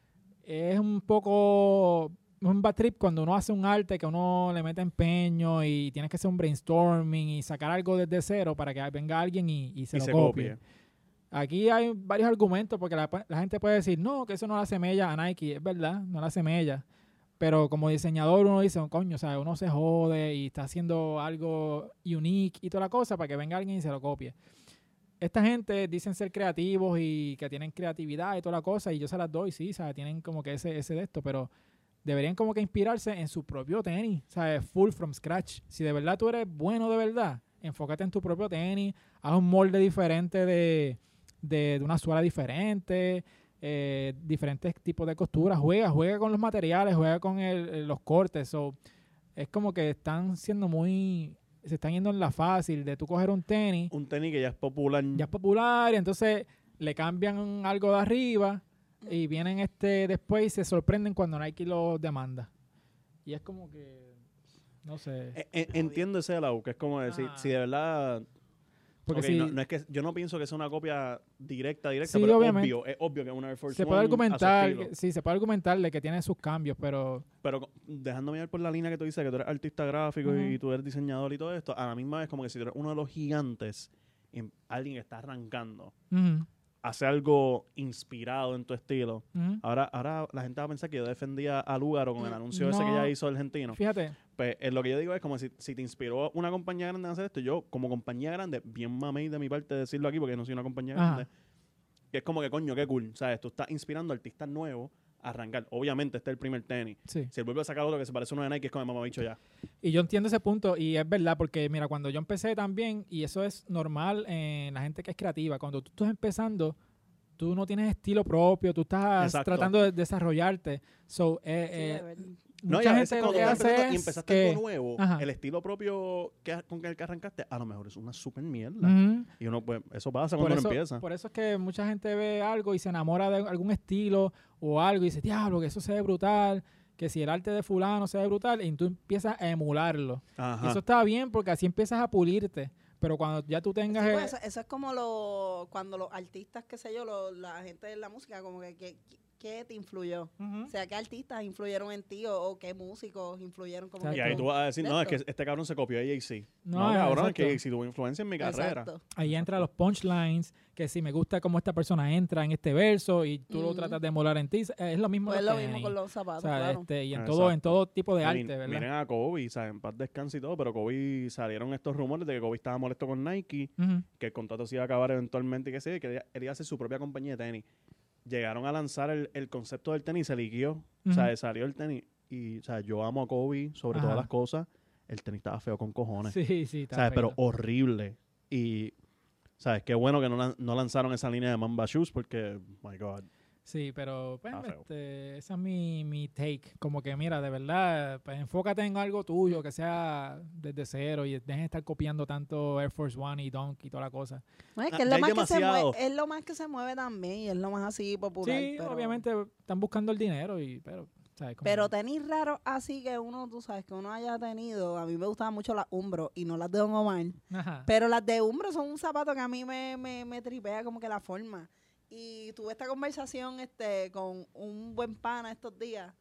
Es un poco un bad trip cuando uno hace un arte que uno le mete empeño y tienes que hacer un brainstorming y sacar algo desde cero para que venga alguien y, y se y lo se copie. copie. Aquí hay varios argumentos porque la, la gente puede decir, no, que eso no le hace mella a Nike. Es verdad, no le hace mella. Pero como diseñador uno dice, coño, o sea, uno se jode y está haciendo algo unique y toda la cosa para que venga alguien y se lo copie. Esta gente dicen ser creativos y que tienen creatividad y toda la cosa, y yo se las doy, sí, ¿sabes? Tienen como que ese, ese de esto, pero deberían como que inspirarse en su propio tenis, ¿sabes? Full from scratch. Si de verdad tú eres bueno de verdad, enfócate en tu propio tenis, haz un molde diferente de, de, de una suela diferente, eh, diferentes tipos de costuras, juega, juega con los materiales, juega con el, el- los cortes. So, es como que están siendo muy, se están yendo en la fácil de tú coger un tenis, Un tenis que ya es popular. ya es popular, y entonces le cambian algo de arriba y vienen este después y se sorprenden cuando Nike los demanda. Y es como que, no sé. E- e- entiendo ese lado, que es como decir, Ajá. si de verdad... Porque ok, si no, no es que, yo no pienso que sea una copia directa, directa, Sí, pero es obviamente. obvio, es obvio que es una Air Force se puede One a su argumentar, estilo. que- sí, se puede argumentar de que tiene sus cambios, pero Pero co- dejándome ir por la línea que tú dices, que tú eres artista gráfico Ujú. y tú eres diseñador y todo esto, a la misma vez como que si tú eres uno de los gigantes, y alguien que está arrancando, ujú, hace algo inspirado en tu estilo. ujú. Ahora, ahora la gente va a pensar que yo defendía a Lugaro con el Mm, anuncio ese que no. ella hizo argentino. Fíjate, Pues eh, lo que yo digo es como si, si te inspiró una compañía grande a hacer esto, yo como compañía grande, bien mamey de mi parte decirlo aquí porque no soy una compañía Ajá. grande, que es como que coño, qué cool, ¿sabes? Tú estás inspirando a artistas nuevos a arrancar. Obviamente este es el primer tenis. sí. Si él vuelve a sacar otro que se parece a uno de Nike, es como mamabicho ya. Y yo entiendo ese punto y es verdad porque mira, cuando yo empecé también, y eso es normal en la gente que es creativa, cuando tú estás empezando, tú no tienes estilo propio, tú estás Exacto. tratando de desarrollarte. So, eh, Sí, eh, de verdad. No, y mucha a gente veces lo cuando que tú estás hace empezando y es empezaste que, algo nuevo, Ajá. el estilo propio que, con el que arrancaste, a lo mejor es una super mierda. Ujú. Y uno, pues, eso pasa Por cuando eso, uno empieza. por eso es que mucha gente ve algo y se enamora de algún estilo o algo y dice, diablo, que eso se ve brutal, que si el arte de fulano se ve brutal, y tú empiezas a emularlo. Y Ajá. eso está bien porque así empiezas a pulirte. Pero cuando ya tú tengas... Sí, eh, pues, eso, eso es como lo, cuando los artistas, qué sé yo, lo- la gente de la música, como que, que, ¿qué te influyó? Ujú. O sea, ¿qué artistas influyeron en ti o, o qué músicos influyeron como Exacto. Y ahí tú vas a decir, de no, es que esto. este cabrón se copió de Jay-Z. No, No, cabrón, es que exacto. Jay-Z tuvo influencia en mi carrera. Exacto. Ahí entran los punchlines, que si me gusta cómo esta persona entra en este verso y tú lo Ujú. tratas de emular en ti, es lo mismo. Pues es los lo mismo tenis. con los O zapatos, sea, claro. este, y en Ah, todo, en exacto. todo tipo de No, arte, mi- ¿verdad? Miren a Kobe, ¿sabes? En paz descanse y todo, pero Kobe salieron estos rumores de que Kobe estaba molesto con Nike, Ujú. que el contrato se iba a acabar eventualmente y que sí, que él, él iba a hacer su propia compañía de tenis. Llegaron a lanzar el, el concepto del tenis, se liquió, o sea, Ujú. salió el tenis. Y, o sea, yo amo a Kobe sobre Ajá. todas las cosas. El tenis estaba feo con cojones. Sí, sí, está ¿Sabes? Pero feito. horrible. Y, ¿sabes? Qué bueno que no, lan- no lanzaron esa línea de Mamba Shoes porque, my God. Sí, pero pues, Está feo. este, esa es mi, mi take. Como que, mira, de verdad, pues enfócate en algo tuyo, que sea desde cero y dejen de estar copiando tanto Air Force One y Dunk y toda la cosa. No, es Ah, que es ya lo, hay más que se demasiado. mueve, es lo más que se mueve también y es lo más así popular. Sí, pero, obviamente están buscando el dinero, y pero, ¿sabes? Como- Pero tenis raros así que uno, tú sabes, que uno haya tenido. A mí me gustaban mucho las Umbro y no las de Don Omar. Ajá. Pero las de Umbro son un zapato que a mí me, me, me tripea como que la forma. Y tuve esta conversación este con un buen pana estos días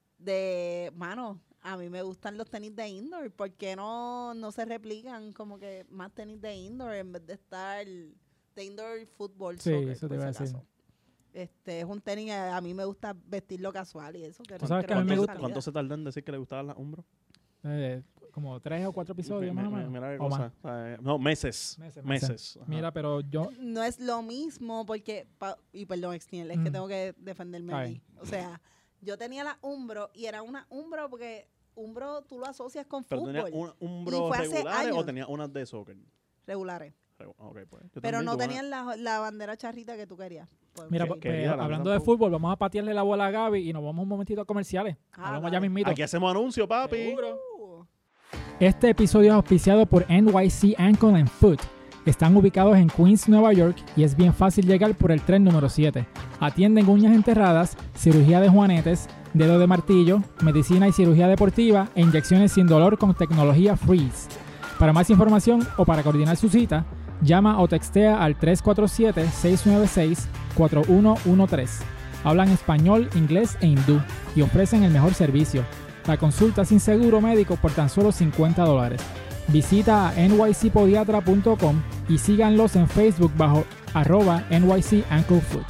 de, mano, a mí me gustan los tenis de indoor. ¿Por qué no, no se replican como que más tenis de indoor en vez de estar de indoor fútbol? Sí, soccer, eso te por iba a si decir. acaso? Este, es un tenis, eh, a mí me gusta vestirlo casual y eso. Que Tú sabes que a mí me ¿Cuánto, gusta- se- cuánto se tardó en decir que le gustaban las Umbro? Eh, como tres o cuatro episodios Mi- más o mi- menos. Mira qué o más. cosa. ¿sabes? No, meses. Meses, Meses. meses. Ajá. Mira, pero yo... No es lo mismo porque, pa- y perdón, Exniel, es que Mm. tengo que defenderme Está aquí. O sea, yo tenía la Umbro y era una Umbro porque un bro tú lo asocias con ¿Pero fútbol. tenías un, un Y bro fue hace regulares o años. tenías unas de soccer? Regulares. Regu- Okay, pues. Yo Pero también no tuve una- tenían la, la bandera charrita que tú querías. Podemos Mira, Qué- pues, seguir. querida, la mía hablando de tampoco. fútbol, vamos a patearle la bola a Gaby y nos vamos un momentito a comerciales. Ah, Hablamos dale. ya mismito. Aquí hacemos anuncio, papi. Seguro. Uh, Este episodio es auspiciado por N Y C Ankle and Foot. Están ubicados en Queens, Nueva York y es bien fácil llegar por el tren número siete. Atienden uñas enterradas, cirugía de juanetes, dedo de martillo, medicina y cirugía deportiva e inyecciones sin dolor con tecnología Freeze. Para más información o para coordinar su cita, llama o textea al tres cuatro siete, seis nueve seis, cuatro uno uno tres. Hablan español, inglés e hindú y ofrecen el mejor servicio. La consulta sin seguro médico por tan solo cincuenta dólares. Visita a N Y C podiatra punto com y síganlos en Facebook bajo arroba N Y C Ankle Foot.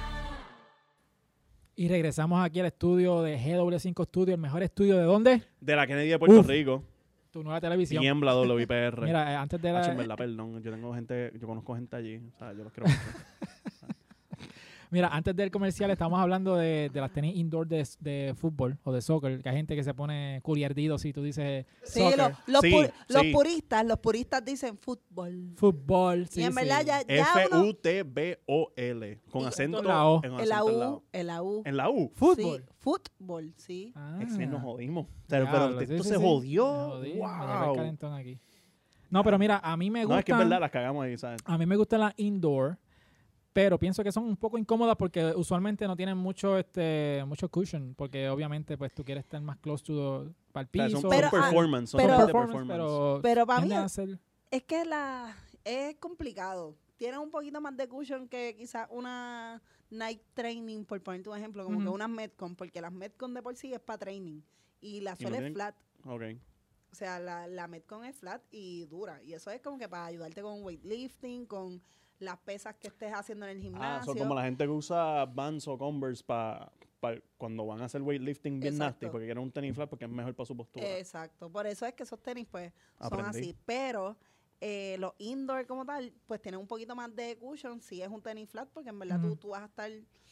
Y regresamos aquí al estudio de G W cinco Studio, el mejor estudio de ¿dónde? De la Kennedy de Puerto Uf. Rico. Tu nueva televisión. Tiembla W I P R. Mira, eh, antes de Hacho, en la, verdad, perdón. Yo tengo gente, yo conozco gente allí. O sea, yo los quiero mucho. mira, antes del comercial estamos hablando de, de las tenis indoor de, de fútbol o de soccer, que hay gente que se pone culiardido si tú dices sí, soccer, lo- los, Sí, pu- los sí. puristas, los puristas dicen fútbol. fútbol. Sí, y en sí. verdad ya, ya F uno, U T B O L. Con Y acento en la O. en un en la acento al U, lado. en la U. En la U. Fútbol. Sí, fútbol, sí. Ah. Ese nos jodimos. Pero, Diablo, pero sí, esto sí, se sí. jodió. Me jodí, me llevé el Wow. calentón aquí. No, pero mira, a mí me No, gustan, es que es verdad, las cagamos ahí, ¿sabes? a mí me gustan las indoor, pero pienso que son un poco incómodas porque usualmente no tienen mucho este mucho cushion, porque obviamente pues tú quieres estar más close to the, para el O sea, piso. son, Pero, son ah, performance. Son pero- de performance, performance. pero, Pero para mí tienden a es- ser- Es que la es complicado. Tiene un poquito más de cushion que quizás una Nike Training, por ponerte un ejemplo, como Ujú. que unas Metcon, porque las Metcon de por sí es para training. Y la Y no suela es tienen- flat. Ok. O sea, la, la Metcon es flat y dura. Y eso es como que para ayudarte con weightlifting, con las pesas que estés haciendo en el Ah, gimnasio. son como la gente que usa Vans o Converse para cuando van a hacer weightlifting bien Exacto. nasty, porque quieren un tenis flat porque es mejor para su postura. Exacto. Por eso es que esos tenis, pues, son Aprendí. así. Pero eh, los indoor como tal, pues tienen un poquito más de cushion si es un tenis flat, porque en verdad tú, Ujú. tú vas a estar...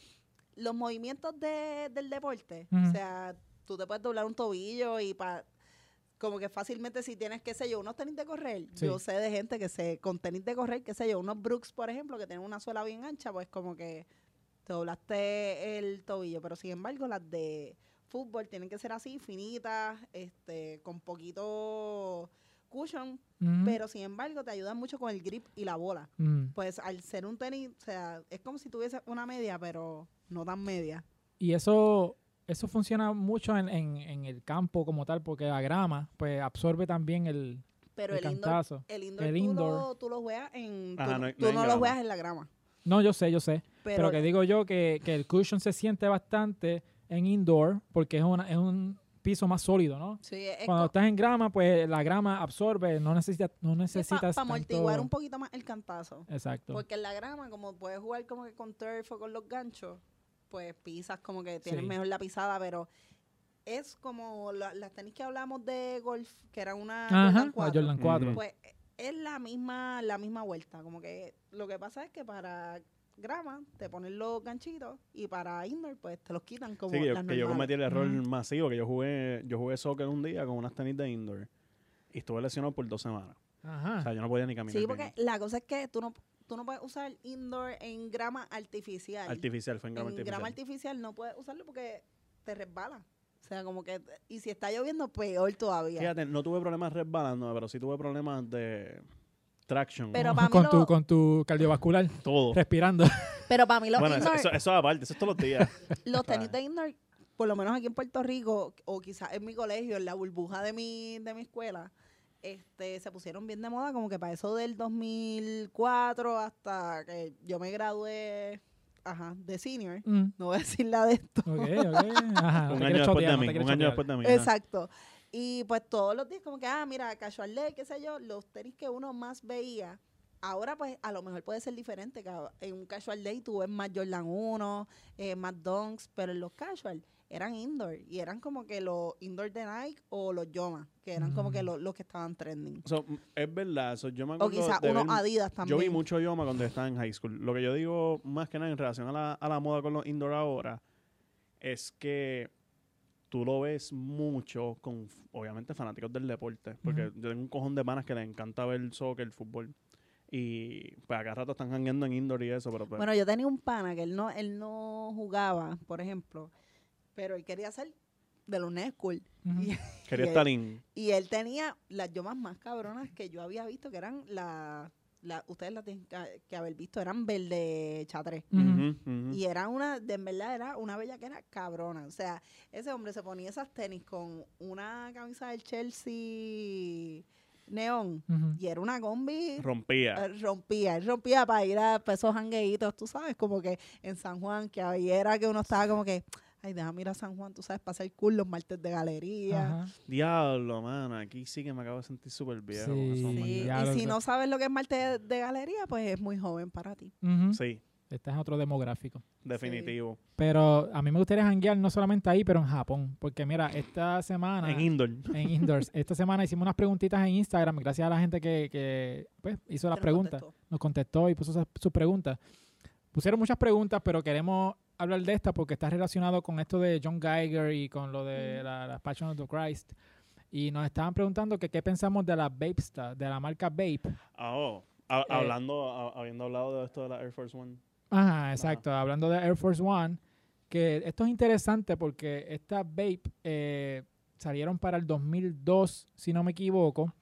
Los movimientos de, del deporte, Ujú. o sea, tú te puedes doblar un tobillo y para... Como que fácilmente si tienes, qué sé yo, unos tenis de correr. Sí. Yo sé de gente que se, con tenis de correr, qué sé yo, unos Brooks, por ejemplo, que tienen una suela bien ancha, pues como que te doblaste el tobillo. Pero sin embargo, las de fútbol tienen que ser así, finitas, este, con poquito cushion, Ujú. pero sin embargo te ayudan mucho con el grip y la bola. Mm. Pues al ser un tenis, o sea, es como si tuviese una media, pero no tan media. Y eso eso funciona mucho en, en, en el campo como tal, porque la grama pues absorbe también el, Pero el el, indoor, cantazo. el indoor, El tú, indoor. Lo, tú lo juegas en... Ajá, tú no hay- tú no hay no lo grama. juegas en la grama. No, yo sé, yo sé. Pero, Pero, que digo yo que, que el cushion se siente bastante en indoor porque es, una, es un piso más sólido, ¿no? sí, es Cuando estás en grama, pues la grama absorbe, no necesitas no necesitas para tanto- amortiguar un poquito más el cantazo. Exacto. Porque en la grama, como puedes jugar como que con turf o con los ganchos, pues pisas como que tienes Sí. mejor la pisada, pero es como la- las tenis que hablamos de golf, que eran una Ajá, Jordan la cuatro, Jordan cuatro. Ujú. pues es la misma la misma vuelta. Como que lo que pasa es que para grama te ponen los ganchitos y para indoor pues te los quitan como Sí, que yo, las que yo normales. cometí el error Ujú. masivo, que yo jugué yo jugué soccer un día con unas tenis de indoor y estuve lesionado por dos semanas. Ajá. O sea, yo no podía ni caminar Sí, bien. porque la cosa es que tú no tú no puedes usar indoor en grama artificial. Artificial, fue en grama en artificial. grama artificial no puedes usarlo porque te resbala. O sea, como que... Y si está lloviendo, peor todavía. Fíjate, no tuve problemas resbalándome, pero sí tuve problemas de traction. Pero para mí con, lo- tu, con tu cardiovascular, todo. respirando. Pero para mí los Bueno, eso, indoor, eso, eso aparte, eso es todos los días. los tenis de indoor, por lo menos aquí en Puerto Rico, o quizás en mi colegio, en la burbuja de mi, de mi escuela, este, se pusieron bien de moda como que para eso del dos mil cuatro hasta que yo me gradué, ajá, de senior. Mm, No voy a decir la de esto. ok, ok. Ajá, no un te año quieres después chotear, de no mí, te quieres un año chotear. después de mí. ajá. Exacto. Y pues todos los días como que, ah, mira, casual day, qué sé yo, los tenis que uno más veía, ahora pues a lo mejor puede ser diferente. Que a- en un casual day tú ves más Jordan uno, eh, más Dunks, pero en los casual eran indoor y eran como que los indoor de Nike o los Yoma, que eran como que Mm. los, los que estaban trending. So, m- es verdad, so, yo me O acuerdo quizás de unos ver- Adidas también. Yo vi mucho Yoma cuando estaba en high school. Lo que yo digo más que nada en relación a la, a la moda con los indoor ahora es que tú lo ves mucho con, obviamente, fanáticos del deporte. Porque Ujú. yo tengo un cojón de panas que les encanta ver el soccer, el fútbol. Y pues acá rato están jangueando en indoor y eso, pero pues... Bueno, yo tenía un pana que él no, él no jugaba, por ejemplo, pero él quería ser de los School. Ujú. Y, quería y estar él, in... y él tenía las yomas más cabronas que yo había visto, que eran las, la, ustedes las tienen que, que haber visto, eran verde chatré. Ujú. Ujú, ujú. Y era una, de en verdad era una bella que era cabrona. O sea, ese hombre se ponía esas tenis con una camisa del Chelsea neón. Ujú. Y era una combi, Rompía. eh, rompía. Él rompía para ir a pa' esos jangueitos, tú sabes, como que en San Juan, que ahí era que uno estaba como que, ay, déjame ir a San Juan, tú sabes, para hacer cool los martes de galería. Ajá. Diablo, mano. Aquí sí que me acabo de sentir súper viejo. con Sí. esos Sí, martes. Ya y lo si sé. no sabes lo que es martes de, de galería, pues es muy joven para ti. Ujú. Sí, Este es otro demográfico. definitivo. Pero a mí me gustaría janguear no solamente ahí, pero en Japón. Porque mira, esta semana... En indoor. en indoors. Esta semana hicimos unas preguntitas en Instagram, gracias a la gente que, que pues, hizo las Te lo preguntas, contestó. nos contestó y puso sus, sus preguntas. Pusieron muchas preguntas, pero queremos hablar de esta porque está relacionado con esto de John Geiger y con lo de Ujú. la, la Passion of the Christ. Y nos estaban preguntando que qué pensamos de la Vapesta, de la marca Vape. Ah, oh. Ha- Eh, hablando, ha- habiendo hablado de esto de la Air Force One. Ajá, exacto. Hablando de Air Force One, que esto es interesante porque estas Vape eh, salieron para el dos mil dos, si no me equivoco.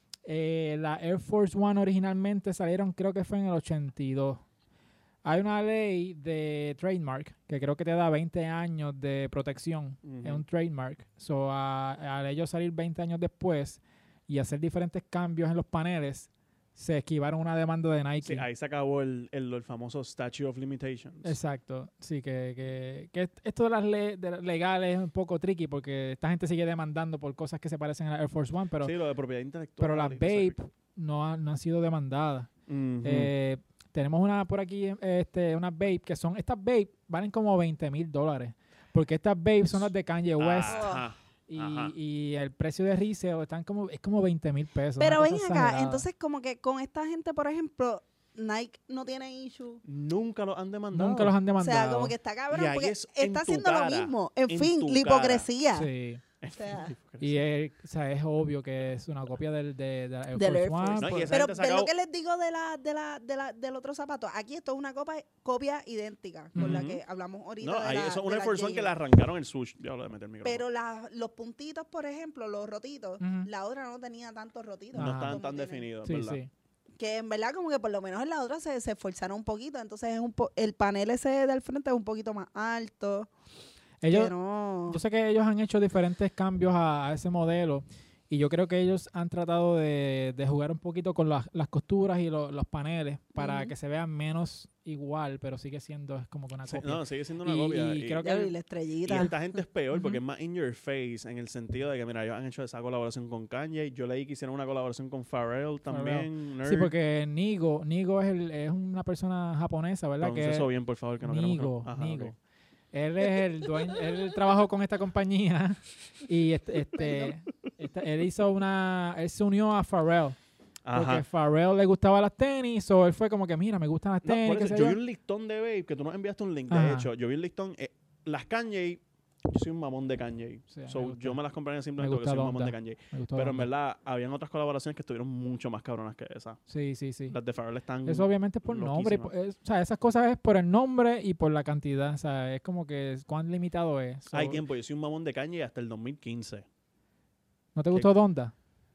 Eh, la Air Force One originalmente salieron, creo que fue en el ochenta y dos. Hay una ley de trademark que creo que te da veinte años de protección. Ujú. Es un trademark. So, a- al ellos salir veinte años después y hacer diferentes cambios en los paneles, se esquivaron una demanda de Nike. Sí, ahí se acabó el, el, el famoso Statute of Limitations. Exacto, sí, que, que, que esto de las le- de las legales es un poco tricky porque esta gente sigue demandando por cosas que se parecen a la Air Force One, pero, sí, lo de propiedad intelectual. pero las y no sé Vape no, han- no han sido demandadas. qué. Ujú. Eh, tenemos una por aquí, este, unas Vape, que son, estas Vape valen como veinte mil dólares, porque estas Vape son las de Kanye West Ajá. y, ajá. y el precio de resale están como, es como veinte mil pesos. Pero una ven cosa acá, exagerada. entonces como que con esta gente, por ejemplo, Nike no tiene issue. Nunca los han demandado. Nunca los han O demandado. sea, como que está Y cabrón, ahí porque es en está tu haciendo cara, lo mismo. En, en fin, tu la cara. hipocresía. Sí. O sea, Y es, o sea, es obvio que es una copia del, de, de la Air Del Force Air Force. One. No, y pues- esa pero gente ven sacado- lo que les digo de la, de la, de la, del otro zapato. Aquí esto es una copa, copia idéntica con la Ujú. que hablamos ahorita. No, de ahí la, eso es de una la Air Force One que Jaeger. le arrancaron el sush. Ya lo de meter el micrófono. Pero la- los puntitos, por ejemplo, los rotitos, Ujú. la otra no tenía tantos rotitos. no Ah. estaban como tan tienen. definidos, Sí, ¿verdad? sí. Que en verdad como que por lo menos en la otra se, se esforzaron un poquito. Entonces es un po- el panel ese del frente es un poquito más alto. Ellos, que no... yo sé que ellos han hecho diferentes cambios a, a ese modelo y yo creo que ellos han tratado de, de jugar un poquito con las, las costuras y lo- los paneles para Ujú. que se vean menos igual, pero sigue siendo es como que una Sí, copia. no, sigue siendo una Y- copia. y y- creo que- Ya vi la Y estrellita. esta gente es peor porque Ujú. es más in your face en el sentido de que, mira, ellos han hecho esa colaboración con Kanye. Yo leí que hicieron una colaboración con Pharrell también. Sí, Nerd. porque Nigo, Nigo es, el, es una persona japonesa, ¿verdad? Pronuncia Que eso bien, por favor, que no queremos que- Nigo, Ajá, Nigo. ok. Él es el dueño, él trabajó con esta compañía y este, este, este- él hizo una, él se unió a Pharrell. Porque Ajá. Pharrell le gustaba las tenis, o él fue como que, mira, me gustan las No, tenis. por qué eso, sé yo yo. vi un listón de Babe que tú nos enviaste un link. De Ajá. hecho, yo vi el listón. eh, las Kanye, yo soy un mamón de Kanye. Sí, me So, gusta. yo me las compraría Me simplemente porque gusta soy un mamón Donda. de Kanye. Me gustó Pero en Donda. verdad, habían otras colaboraciones que estuvieron mucho más cabronas que esa. Sí, sí, sí. Las de Pharrell están. Eso obviamente es por nombre. y por- es- o sea, esas cosas es por el nombre y por la cantidad. O sea, es como que es- cuán limitado es. So, Hay tiempo, yo soy un mamón de Kanye hasta el dos mil quince. ¿No te gustó Donda?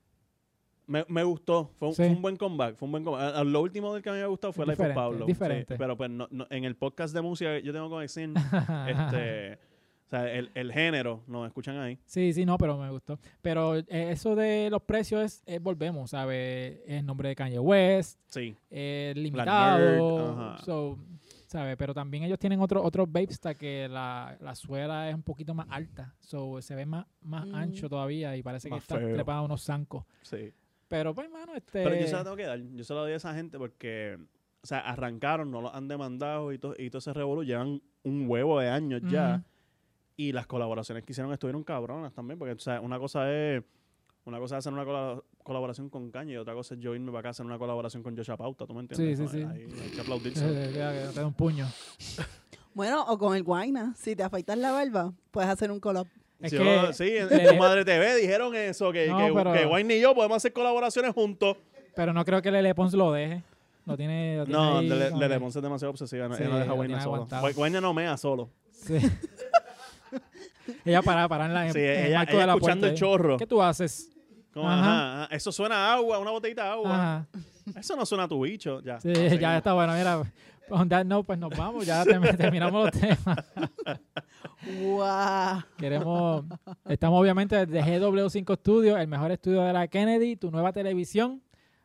Me, me gustó, fue un, Sí. fue un buen comeback, fue un buen comeback. A- a- Lo último del que a mí me gustó fue Es Life of diferente, Pablo. es diferente. sí, pero pues no, no- en el podcast de música que yo tengo con Exin, este, o sea, el, el género, nos escuchan ahí. Sí, sí, no, pero me gustó. Pero eh, eso de los precios es, es volvemos, ¿sabes? Es el nombre de Kanye West, Sí. es nerd, limitado. ajá. So, ¿sabes? Pero también ellos tienen otro, otros Vapesta que la, la suela es un poquito más alta. So, se ve más, más Mm. ancho todavía y parece Más que está feo. trepado a unos zancos. Sí. Pero pues, mano, este... Pero yo se la tengo que dar. Yo se la doy a esa gente porque, o sea, arrancaron, no los han demandado y todo, y todo ese revolú. Llevan un huevo de años ya. Ujú. Y las colaboraciones que hicieron estuvieron cabronas también. Porque, o sea, una cosa es una cosa es hacer una cola- colaboración con Kanye y otra cosa es yo irme para acá a hacer una colaboración con Joshua Pauta. ¿Tú me entiendes? Sí, No, sí, sí. Ahí hay que aplaudirse. Eh, eh, Te da un puño. Bueno, o con el guayna. Si te afeitas la barba, puedes hacer un collab. Es Sí, que oh, sí, en, le- en Tu Madre T V dijeron eso, que, No, que, pero- que Wayne y yo podemos hacer colaboraciones juntos. Pero no creo que Lele Pons lo deje. Lo tiene, lo tiene No, ahí Lele como Lele que- Pons es demasiado obsesiva. No, Sí, ella no deja a lo Wayne tiene solo. aguantado. Wayne- Wayne no mea solo. Sí. ella para, para en la en, Sí, en el ella, marco ella de la escuchando puerta, el ¿eh? chorro. ¿Qué tú haces? Como, Ajá. ajá, ajá. Eso suena a agua, una botellita de agua. Ajá. Eso no suena a tu bicho. Ya. Sí, No, seguimos. ya está bueno. Mira, on that note, pues nos vamos. Ya term- terminamos los temas. Wow. Queremos, estamos obviamente desde G W cinco Studios, el mejor estudio de la Kennedy, tu nueva televisión.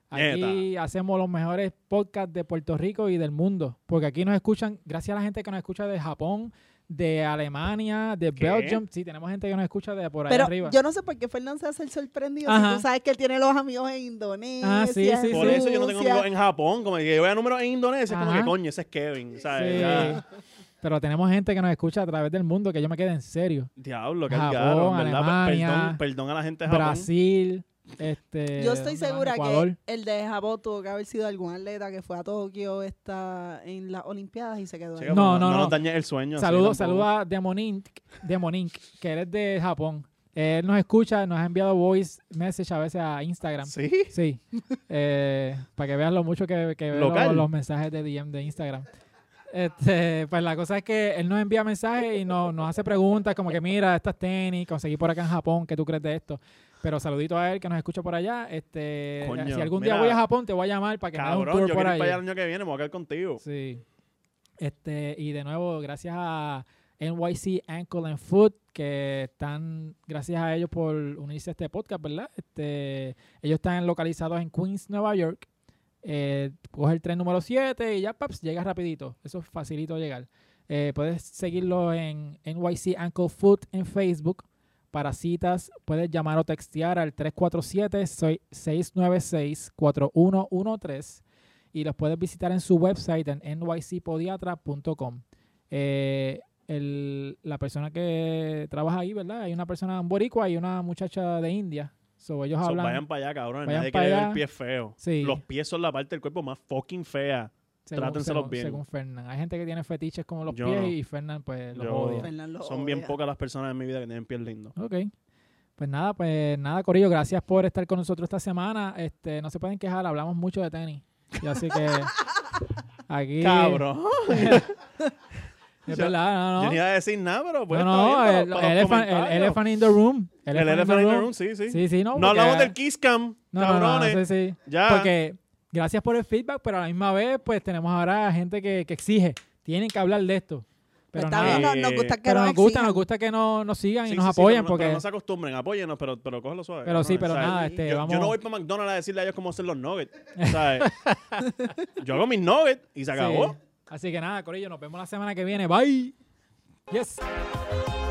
Aquí hacemos los mejores podcasts de Puerto Rico y del mundo, porque aquí nos escuchan, gracias a la gente que nos escucha de Japón, de Alemania, de ¿Qué? Belgium. Sí, tenemos gente que nos escucha de por allá Pero arriba. yo no sé por qué Fernando se hace el sorprendido. Ajá. Si tú sabes que él tiene los amigos en Indonesia. Ah, sí, sí, Por sí. eso yo no tengo Rusia. amigos en Japón. Como que yo veo números en Indonesia, es como Ajá. que coño, ese es Kevin. ¿Sabes? Sí. Ya. Pero tenemos gente que nos escucha a través del mundo, que yo me quedé en serio. Diablo, qué Japón, algaro, en ¿verdad? Alemania, Perdón, perdón a la gente de Japón. Brasil, este... Yo estoy ¿dónde más? segura Ecuador. que el de Japón tuvo que haber sido algún atleta que fue a Tokio esta, en las Olimpiadas y se quedó ahí. Chica, No, pero no, no no. nos dañes el sueño. así Saludos tampoco. saluda a Demonink, Demonink, que él es de Japón. Él nos escucha, nos ha enviado voice message a veces a Instagram. Sí. Sí. Eh, para que vean lo mucho que, que veo Local. los, los mensajes de D M de Instagram. Este, pues la cosa es que él nos envía mensajes y nos, nos hace preguntas como que mira, estas tenis, conseguí por acá en Japón, ¿qué tú crees de esto? Pero saludito a él que nos escucha por allá. Este, Coño, si algún mira, día voy a Japón, te voy a llamar para que me hagas un Cabrón, tour yo por quiero ir ahí. para allá el año que viene, me voy a quedar contigo. Sí. Este, y de nuevo, gracias a N Y C Ankle and Foot, que están, gracias a ellos por unirse a este podcast, ¿verdad? Este, ellos están localizados en Queens, Nueva York. Eh, coge el tren número siete y ya, paps, llegas rapidito. Eso es facilito llegar. Eh, puedes seguirlo en N Y C Ankle Foot en Facebook. Para citas, puedes llamar o textear al tres cuatro siete, seis nueve seis, cuatro uno uno tres y los puedes visitar en su website en n y c podiatra punto com. Eh, el, la persona que trabaja ahí, ¿verdad? Hay una persona, un boricua y una muchacha de India. So, ellos So, hablan... vayan para allá, cabrón. vayan Nadie pa' quiere allá. ver pies feos. Sí. Los pies son la parte del cuerpo más fucking fea. según, trátenselos según, bien. según Fernán. Hay gente que tiene fetiches como los Yo pies no. y Fernán pues los Yo- odia. Fernando Son odia. bien pocas las personas en mi vida que tienen pies lindos. Ok. Pues nada, pues nada, Corillo, gracias por estar con nosotros esta semana. Este, no se pueden quejar, hablamos mucho de tenis. Y así que aquí... Cabrón. Es Yo- verdad, no, Yo no. ni iba a decir nada, pero pues no, no, está bien, el, para- para el los elephant, el comentarios. elephant in the room. El elephant in the room, sí, sí. Sí, sí, no. No porque- hablamos del kiss cam, no, no, no, cabrones. sí, sí. Ya. Porque gracias por el feedback, pero a la misma vez, pues tenemos ahora gente que, que exige. Tienen que hablar de esto. Pues Pero está nada, bien, no- nos gusta que pero nos gusta, exijan. nos gusta que nos, nos sigan Sí, y nos sí, sí, apoyen. pero no- porque, pero no se acostumbren, apóyennos, pero, pero cógelo suave. pero sí, pero cabrones, nada, ¿sabes? este, yo, vamos. yo no voy para McDonald's a decirle a ellos cómo hacer los nuggets. ¿Sabes? Yo hago mis nuggets y se Sí. acabó. Así que nada, Corillo, nos vemos la semana que viene. Bye. Yes.